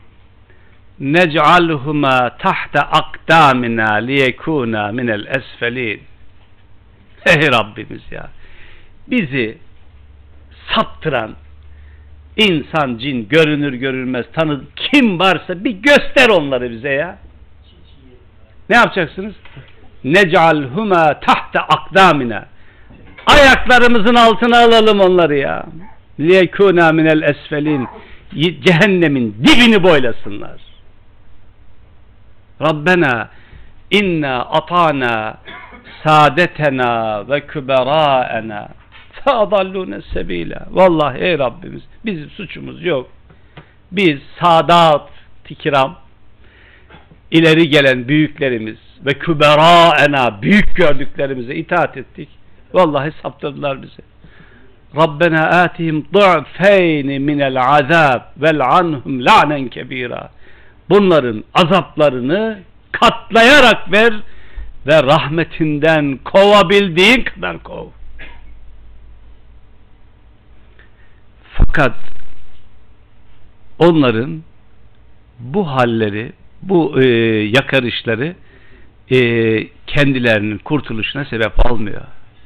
nec'alhuma tahta akdamina liyekuna minel esfelin. Ey Rabbimiz ya. Bizi saptıran insan, cin, görünür görülmez tanı kim varsa bir göster onları bize ya. Ne yapacaksınız? Nec'alhuma tahta akdamina. Ayaklarımızın altına alalım onları ya. Liyekuna minel esfelin. Cehennemin dibini boylasınlar. Rabbena inna atana saadetena ve küberaena feadallune sebila. Vallahi ey Rabbimiz bizim suçumuz yok. Biz sadat kiram ileri gelen büyüklerimiz ve küberaena büyük gördüklerimize itaat ettik. Vallahi saptırdılar bizi. Rabbena atihim du'feyni minel azab vel anhum la'nen kebira. Bunların azaplarını katlayarak ver ve rahmetinden kovabildiğin kadar kov. Fakat onların bu halleri, bu yakarışları kendilerinin kurtuluşuna sebep almıyor.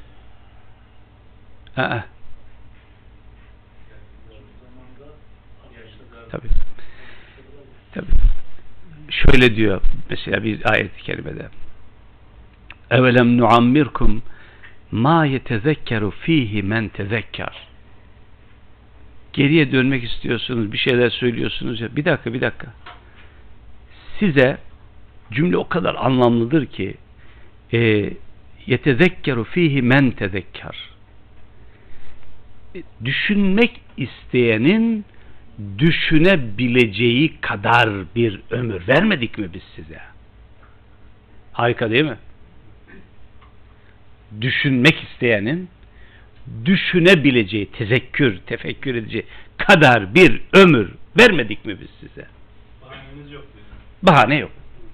Tabii. Şöyle diyor mesela bir ayet-i kerimede. Evelem nuammirkum ma yetezekkeru fihi men tezekker. Geriye dönmek istiyorsunuz, bir şeyler söylüyorsunuz ya. Bir dakika. Size cümle o kadar anlamlıdır ki yetezekkeru fihi men tezekker. Düşünmek isteyenin düşünebileceği kadar bir ömür vermedik mi biz size? Harika değil mi? Düşünmek isteyenin düşünebileceği, tefekkür edeceği kadar bir ömür vermedik mi biz size? Bahaneniz yok. Bahane yok.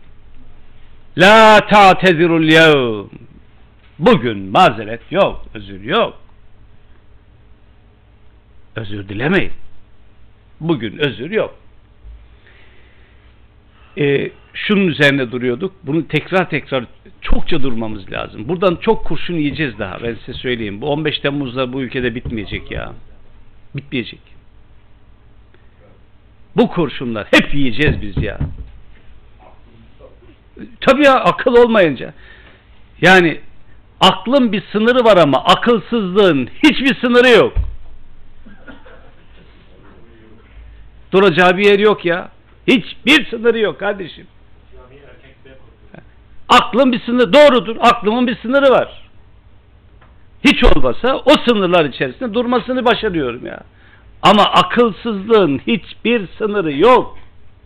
La ta'tezirul yevm. Bugün mazeret yok, özür yok. Özür dilemeyin. Bugün özür yok. Şunun üzerine duruyorduk. Bunu tekrar çokça durmamız lazım. Buradan çok kurşun yiyeceğiz daha. Ben size söyleyeyim. Bu 15 Temmuz'da bu ülkede bitmeyecek ya. Bitmeyecek. Bu kurşunlar hep yiyeceğiz biz ya. Tabii ya, akıl olmayınca. Yani aklın bir sınırı var ama akılsızlığın hiçbir sınırı yok. Duracağı bir yer yok ya. Hiçbir sınırı yok kardeşim. Aklın bir sınırı, doğrudur. Aklımın bir sınırı var. Hiç olmasa o sınırlar içerisinde durmasını başarıyorum ya. Ama akılsızlığın hiçbir sınırı yok.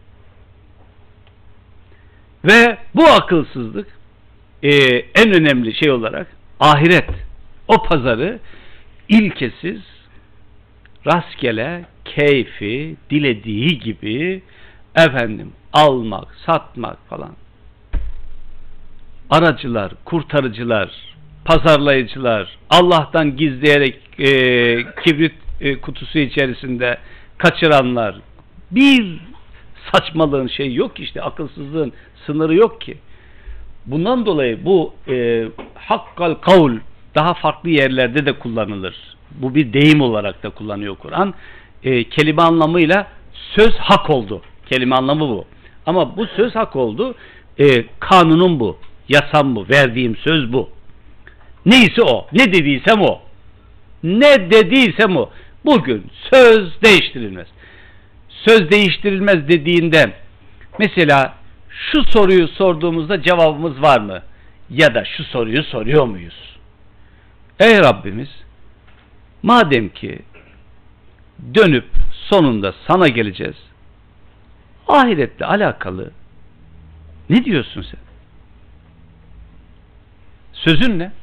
Ve bu akılsızlık en önemli şey olarak ahiret. O pazarı ilkesiz, rastgele, keyfi, dilediği gibi almak, satmak falan. Aracılar, kurtarıcılar, pazarlayıcılar, Allah'tan gizleyerek kibrit kutusu içerisinde kaçıranlar, bir saçmalığın şeyi yok ki, işte akılsızlığın sınırı yok ki. Bundan dolayı bu hakkal kavl daha farklı yerlerde de kullanılır. Bu bir deyim olarak da kullanıyor Kur'an. Kelime anlamıyla söz hak oldu. Kelime anlamı bu. Ama bu söz hak oldu. Kanunum bu. Yasam bu. Verdiğim söz bu. Neyse o. Ne dediysem o. Ne dediysem o. Bugün söz değiştirilmez. Söz değiştirilmez dediğinde mesela şu soruyu sorduğumuzda cevabımız var mı? Ya da şu soruyu soruyor muyuz? Ey Rabbimiz, madem ki dönüp sonunda sana geleceğiz, ahiretle alakalı ne diyorsun sen? Sözün ne?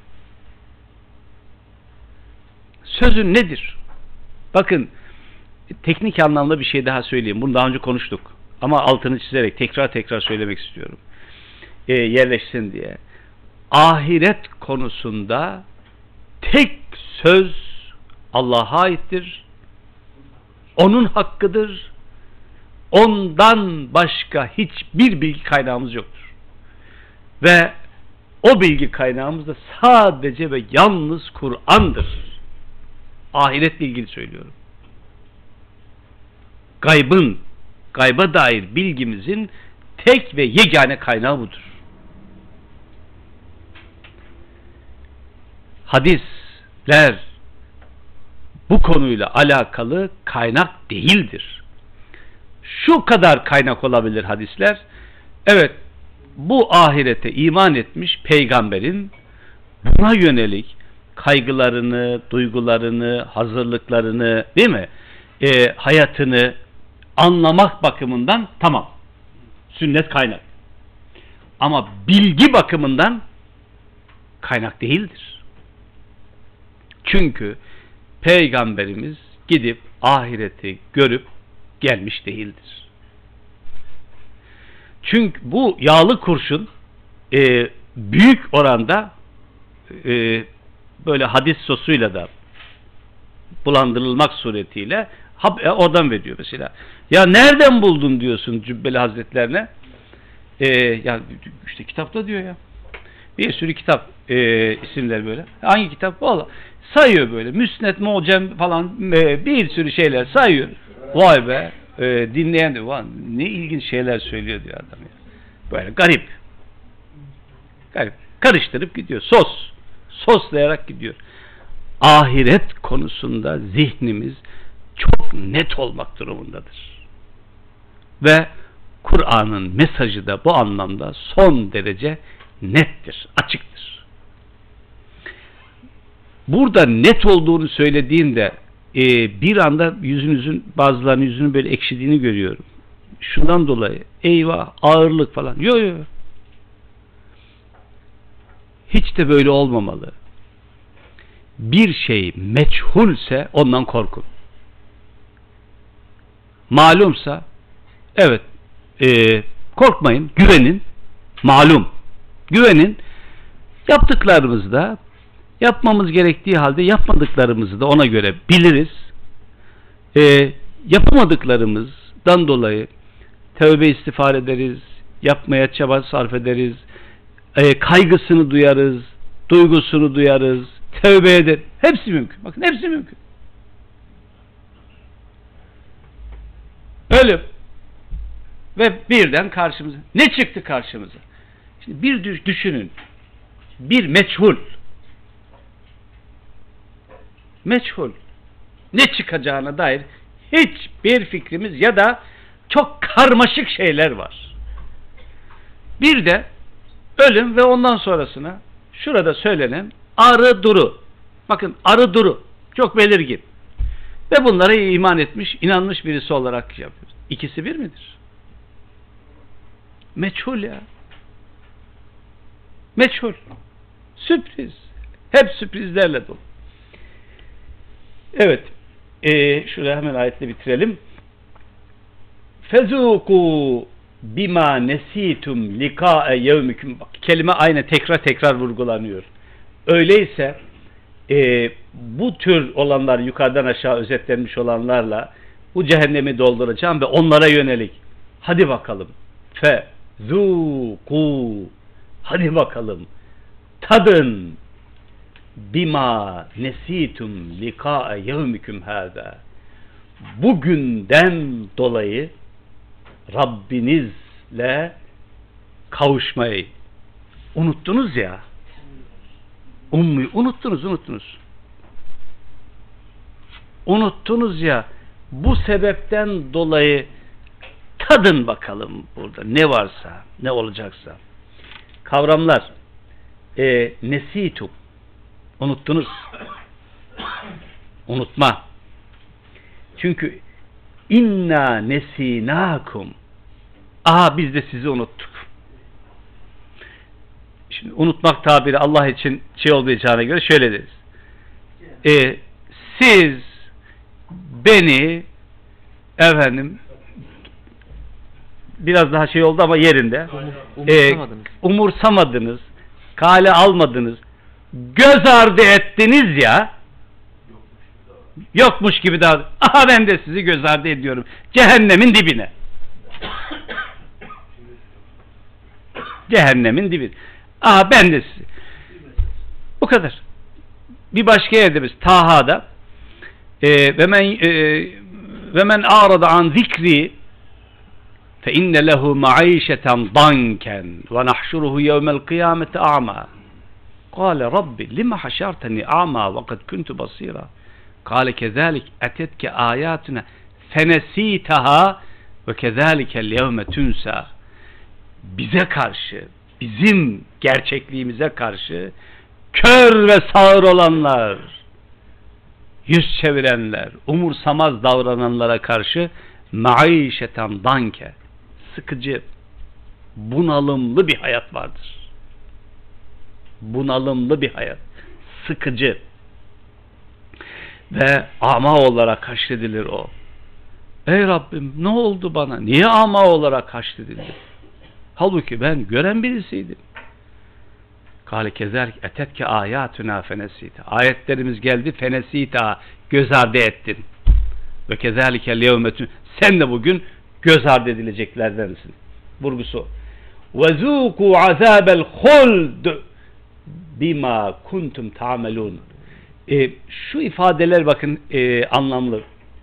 Sözün nedir? Bakın, teknik anlamda bir şey daha söyleyeyim. Bunu daha önce konuştuk. Ama altını çizerek tekrar söylemek istiyorum. Yerleşsin diye. Ahiret konusunda tek söz Allah'a aittir. Onun hakkıdır. Ondan başka hiçbir bilgi kaynağımız yoktur. Ve o bilgi kaynağımız da sadece ve yalnız Kur'an'dır. Ahiretle ilgili söylüyorum. Gayba dair bilgimizin tek ve yegane kaynağı budur. Hadisler bu konuyla alakalı kaynak değildir. Şu kadar kaynak olabilir hadisler. Evet, bu ahirete iman etmiş peygamberin buna yönelik kaygılarını, duygularını, hazırlıklarını, değil mi? Hayatını anlamak bakımından tamam. Sünnet kaynak. Ama bilgi bakımından kaynak değildir. Çünkü peygamberimiz gidip ahireti görüp gelmiş değildir. Çünkü bu yağlı kurşun büyük oranda böyle hadis sosuyla da bulandırılmak suretiyle oradan veriyor mesela. Ya nereden buldun diyorsun Cübbeli Hazretlerine? Ya işte kitapta diyor ya. Bir sürü kitap isimler böyle. Hangi kitap? Vallahi sayıyor böyle. Müsned, Mucem falan bir sürü şeyler sayıyor. Vay be. Dinleyen de ne ilginç şeyler söylüyor diyor adam ya. Böyle garip. Karıştırıp gidiyor. Soslayarak gidiyor. Ahiret konusunda zihnimiz çok net olmak durumundadır. Ve Kur'an'ın mesajı da bu anlamda son derece nettir, açıktır. Burada net olduğunu söylediğinde bir anda bazılarının yüzünün böyle ekşidiğini görüyorum. Şundan dolayı eyvah, ağırlık falan. Yok. Hiç de böyle olmamalı. Bir şey meçhulse ondan korkun. Malumsa evet korkmayın, güvenin. Malum. Güvenin. Yaptıklarımızda yapmamız gerektiği halde yapmadıklarımızı da ona göre biliriz. Yapamadıklarımızdan dolayı tövbe istiğfar ederiz. Yapmaya çaba sarf ederiz. Kaygısını duyarız. Duygusunu duyarız. Tövbe eder. Hepsi mümkün. Bakın hepsi mümkün. Ölüm. Ve birden karşımıza. Ne çıktı karşımıza? Şimdi bir düşünün. Bir meçhul. Meçhul. Ne çıkacağına dair hiçbir fikrimiz ya da çok karmaşık şeyler var. Bir de ölüm ve ondan sonrasına şurada söylenen arı duru. Bakın arı duru. Çok belirgin. Ve bunlara iman etmiş, inanmış birisi olarak yapıyoruz. İkisi bir midir? Meçhul ya. Meçhul. Sürpriz. Hep sürprizlerle dolu. Evet. Şuraya hemen ayetle bitirelim. Fezuku bima nesitum liqa'e yevmikum. Kelime aynı tekrar vurgulanıyor. Öyleyse bu tür olanlar, yukarıdan aşağı özetlenmiş olanlarla bu cehennemi dolduracağım ve onlara yönelik hadi bakalım fezûkû, hadi bakalım tadın bima nesitum liqâ'e yevmikum hâzâ, bugünden dolayı Rabbinizle kavuşmayı unuttunuz ya. Unuttunuz ya. Bu sebepten dolayı tadın bakalım burada ne varsa, ne olacaksa. Kavramlar nesitum, unuttunuz. Unutma. Çünkü inna nesinakum, biz de sizi unuttuk. Şimdi unutmak tabiri Allah için şey olmayacağına göre şöyle deriz. Siz beni biraz daha şey oldu ama yerinde umursamadınız, kale almadınız, göz ardı ettiniz ya, yokmuş gibi daha ben de sizi göz ardı ediyorum cehennemin dibine. Cehennemin dibine. Ben de sizi. Bu kadar. Bir başka yerde biz Taha'da ve men a'rada an zikri fe inne lehu ma'işeten danken ve nahşuruhu yevmel kıyameti a'ma. Kâle Rabbi lima haşarteni a'ma ve kad kuntu basira. Kâle kezâlik etetke âyâtuna fenesîtaha ve kezâlikel yevme tünsa. Bize karşı, bizim gerçekliğimize karşı kör ve sağır olanlar, yüz çevirenler, umursamaz davrananlara karşı maişeten danke, sıkıcı, bunalımlı bir hayat vardır. Bunalımlı bir hayat, sıkıcı ve ama olarak haşredilir o. Ey Rabbim ne oldu bana? Niye ama olarak haşredildi? Halbuki ben gören birisiydim. Kâle kezerk etetke âyâtuna fenesîta. Ayetlerimiz geldi, fenesîta, göz ardı ettin. Ve kezâlikel yevmetün. Sen de bugün göz ardı edileceklerdensin. Vurgusu. Ve zûkû azâbel huld bima kuntum ta'melûn. Şu ifadeler bakın anlamlı.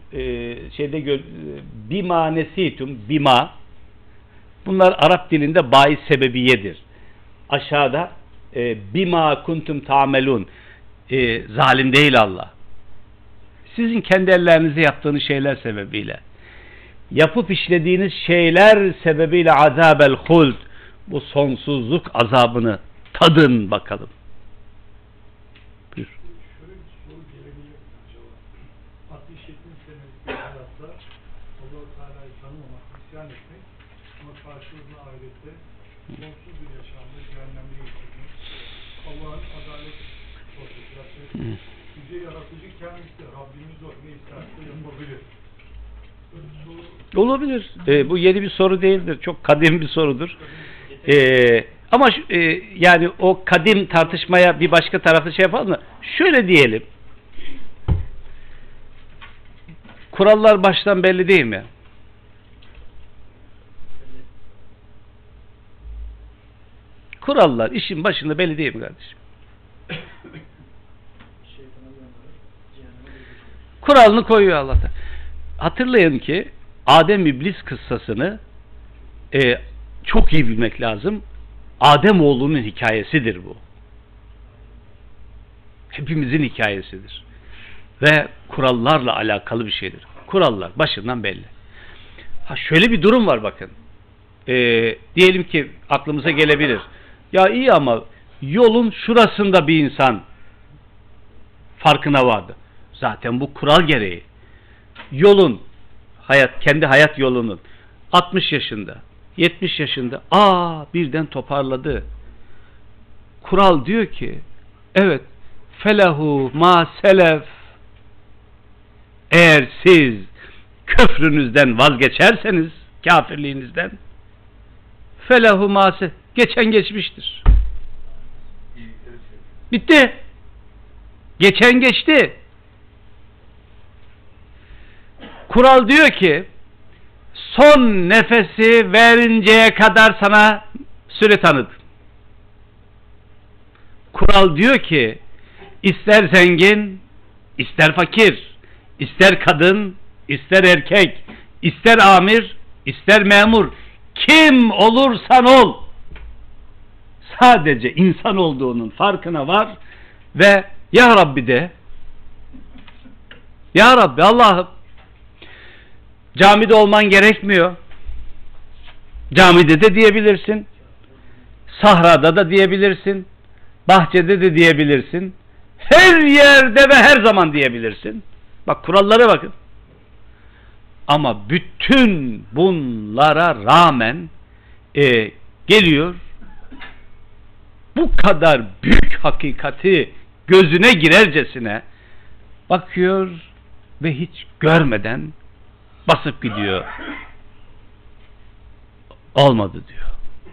Bima nesitum, bima. Bunlar Arap dilinde bâi sebebiyedir. Aşağıda bima kuntum ta'melun, zalim değil Allah. Sizin kendi ellerinizle yaptığınız şeyler sebebiyle, yapıp işlediğiniz şeyler sebebiyle azabel huld, bu sonsuzluk azabını tadın bakalım. Buyur. Şöyle bir soru gelebilir mi acaba? 60-70 senelik bir hayatta Allah-u Teala'yı tanımamak, isyan etmek ama karşılığında ahirette sonsuz bir yaşamda cehennemde geçirmek, Allah'ın adalet ortaya. Yüce yaratıcı kendisi, Rabbimiz o, ne isterse yapabilir. Olabilir. Bu yeni bir soru değildir. Çok kadim bir sorudur. Ama yani o kadim tartışmaya bir başka tarafta şey yapalım mı? Şöyle diyelim. Kurallar baştan belli değil mi? Kurallar işin başında belli değil mi kardeşim? Kuralını koyuyor Allah'ta. Hatırlayın ki Adem İblis kıssasını çok iyi bilmek lazım. Ademoğlunun hikayesidir bu. Hepimizin hikayesidir. Ve kurallarla alakalı bir şeydir. Kurallar başından belli. Şöyle bir durum var bakın. Diyelim ki aklımıza gelebilir. Ya iyi ama yolun şurasında bir insan farkına vardı. Zaten bu kural gereği. Yolun, kendi hayat yolunun 60 yaşında, 70 yaşında birden toparladı. Kural diyor ki evet, felahu ma selef, eğer siz küfrünüzden vazgeçerseniz, kafirliğinizden, felahu ma selef, geçen geçmiştir. Bitti. Geçen geçti. Kural diyor ki son nefesi verinceye kadar sana süre tanıdım. Kural diyor ki ister zengin, ister fakir, ister kadın, ister erkek, ister amir, ister memur, kim olursan ol, sadece insan olduğunun farkına var ve ya Rabbi de, ya Rabbi Allah'ım, camide olman gerekmiyor. Camide de diyebilirsin, sahrada da diyebilirsin, bahçede de diyebilirsin, her yerde ve her zaman diyebilirsin. Bak, kurallara bakın. Ama bütün bunlara rağmen geliyor, bu kadar büyük hakikati gözüne girercesine bakıyor ve hiç görmeden basıp gidiyor. Olmadı diyor.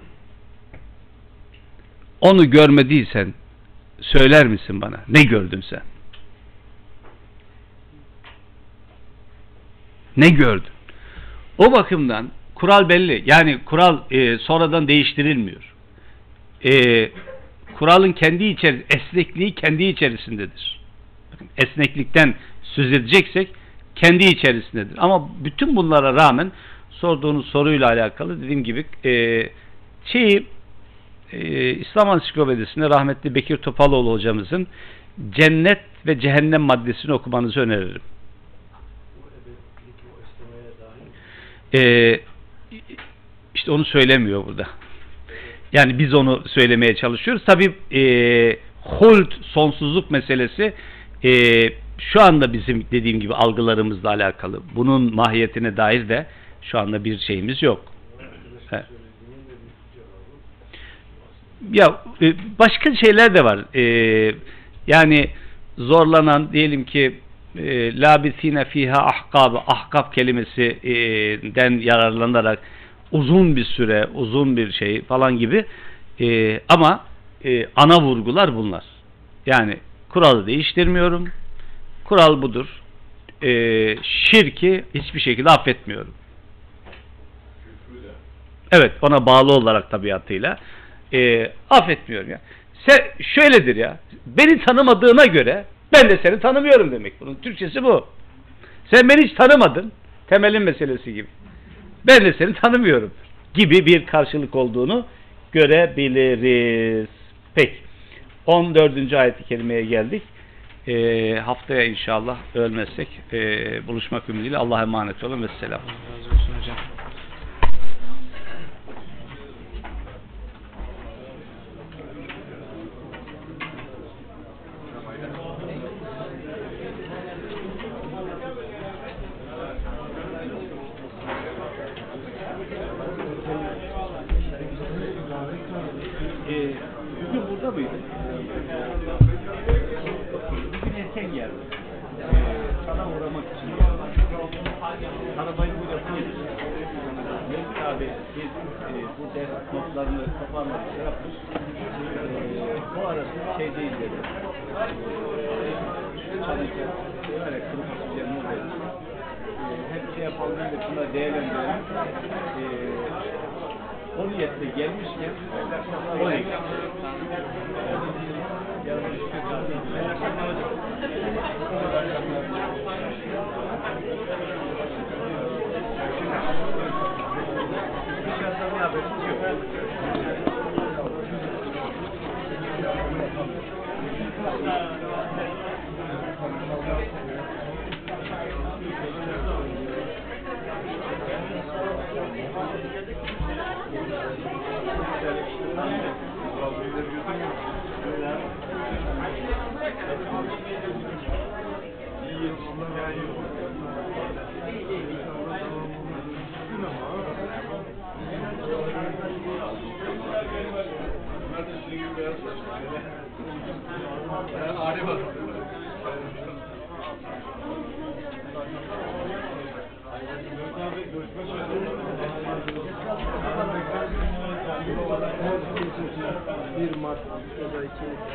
Onu görmediysen söyler misin bana? Ne gördün sen? Ne gördün? O bakımdan kural belli. Yani kural sonradan değiştirilmiyor. Kuralın kendi esnekliği kendi içerisindedir. Esneklikten söz edeceksek kendi içerisindedir. Ama bütün bunlara rağmen sorduğunuz soruyla alakalı dediğim gibi İslam Ansiklopedisi'nde rahmetli Bekir Topaloğlu hocamızın cennet ve cehennem maddesini okumanızı öneririm. İşte onu söylemiyor burada. Yani biz onu söylemeye çalışıyoruz. Tabii hult, sonsuzluk meselesi şu anda bizim dediğim gibi algılarımızla alakalı. Bunun mahiyetine dair de şu anda bir şeyimiz yok. Ya başka şeyler de var. Yani zorlanan, diyelim ki labisine fiha ahkab, ahkab kelimesinden yararlanarak uzun bir süre, uzun bir şey falan gibi ama ana vurgular bunlar. Yani kuralı değiştirmiyorum. Kural budur. Şirki hiçbir şekilde affetmiyorum. Evet, ona bağlı olarak tabiatıyla affetmiyorum ya. Şöyledir ya. Beni tanımadığına göre ben de seni tanımıyorum demek. Bunun Türkçesi bu. Sen beni hiç tanımadın. Temelin meselesi gibi. Ben de seni tanımıyorum gibi bir karşılık olduğunu görebiliriz. Peki. 14. ayet-i kerimeye geldik. Haftaya inşallah ölmezsek buluşmak ümidiyle Allah'a emanet olun ve selam. Razı olsun hocam. Bugün burada mıydı? Bugün erken geldi. Sana uğramak için arabayı buraya koydum. Mevcut abi bu ders notlarını toparlamak için yapmış. Bu arası şey değil dedi. Çalışacak. Böyle kırık açacağım dedi. Hep şey yapalım da şuna değerlendirelim. O niyetle gelmişken o ne? Bir Mart ya da 2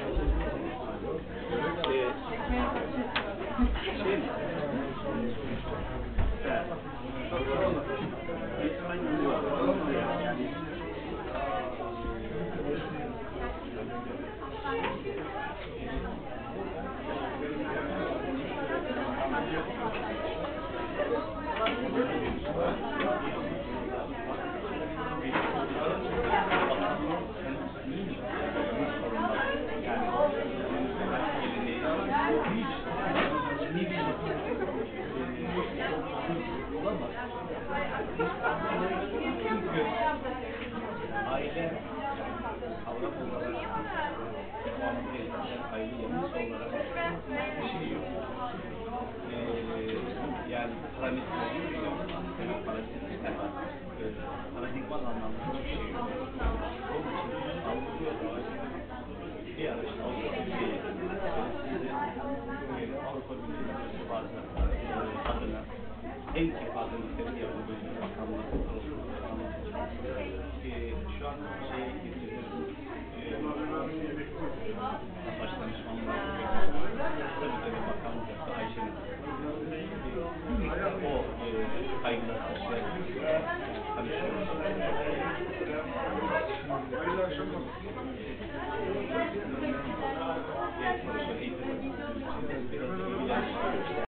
aile kavram olarak aile yapısı olarak bir şey yok. Yani paradigmal anlamda hiçbir şey yok. Onun için Avrupa bir araç Avrupa Birliği adına en kifalı nitelik yapabildiği makamlar şu an şeye getirdim. Başdanışmanlar tabii bakanlık Ayşe'nin o kaygılar karşılaşıyor.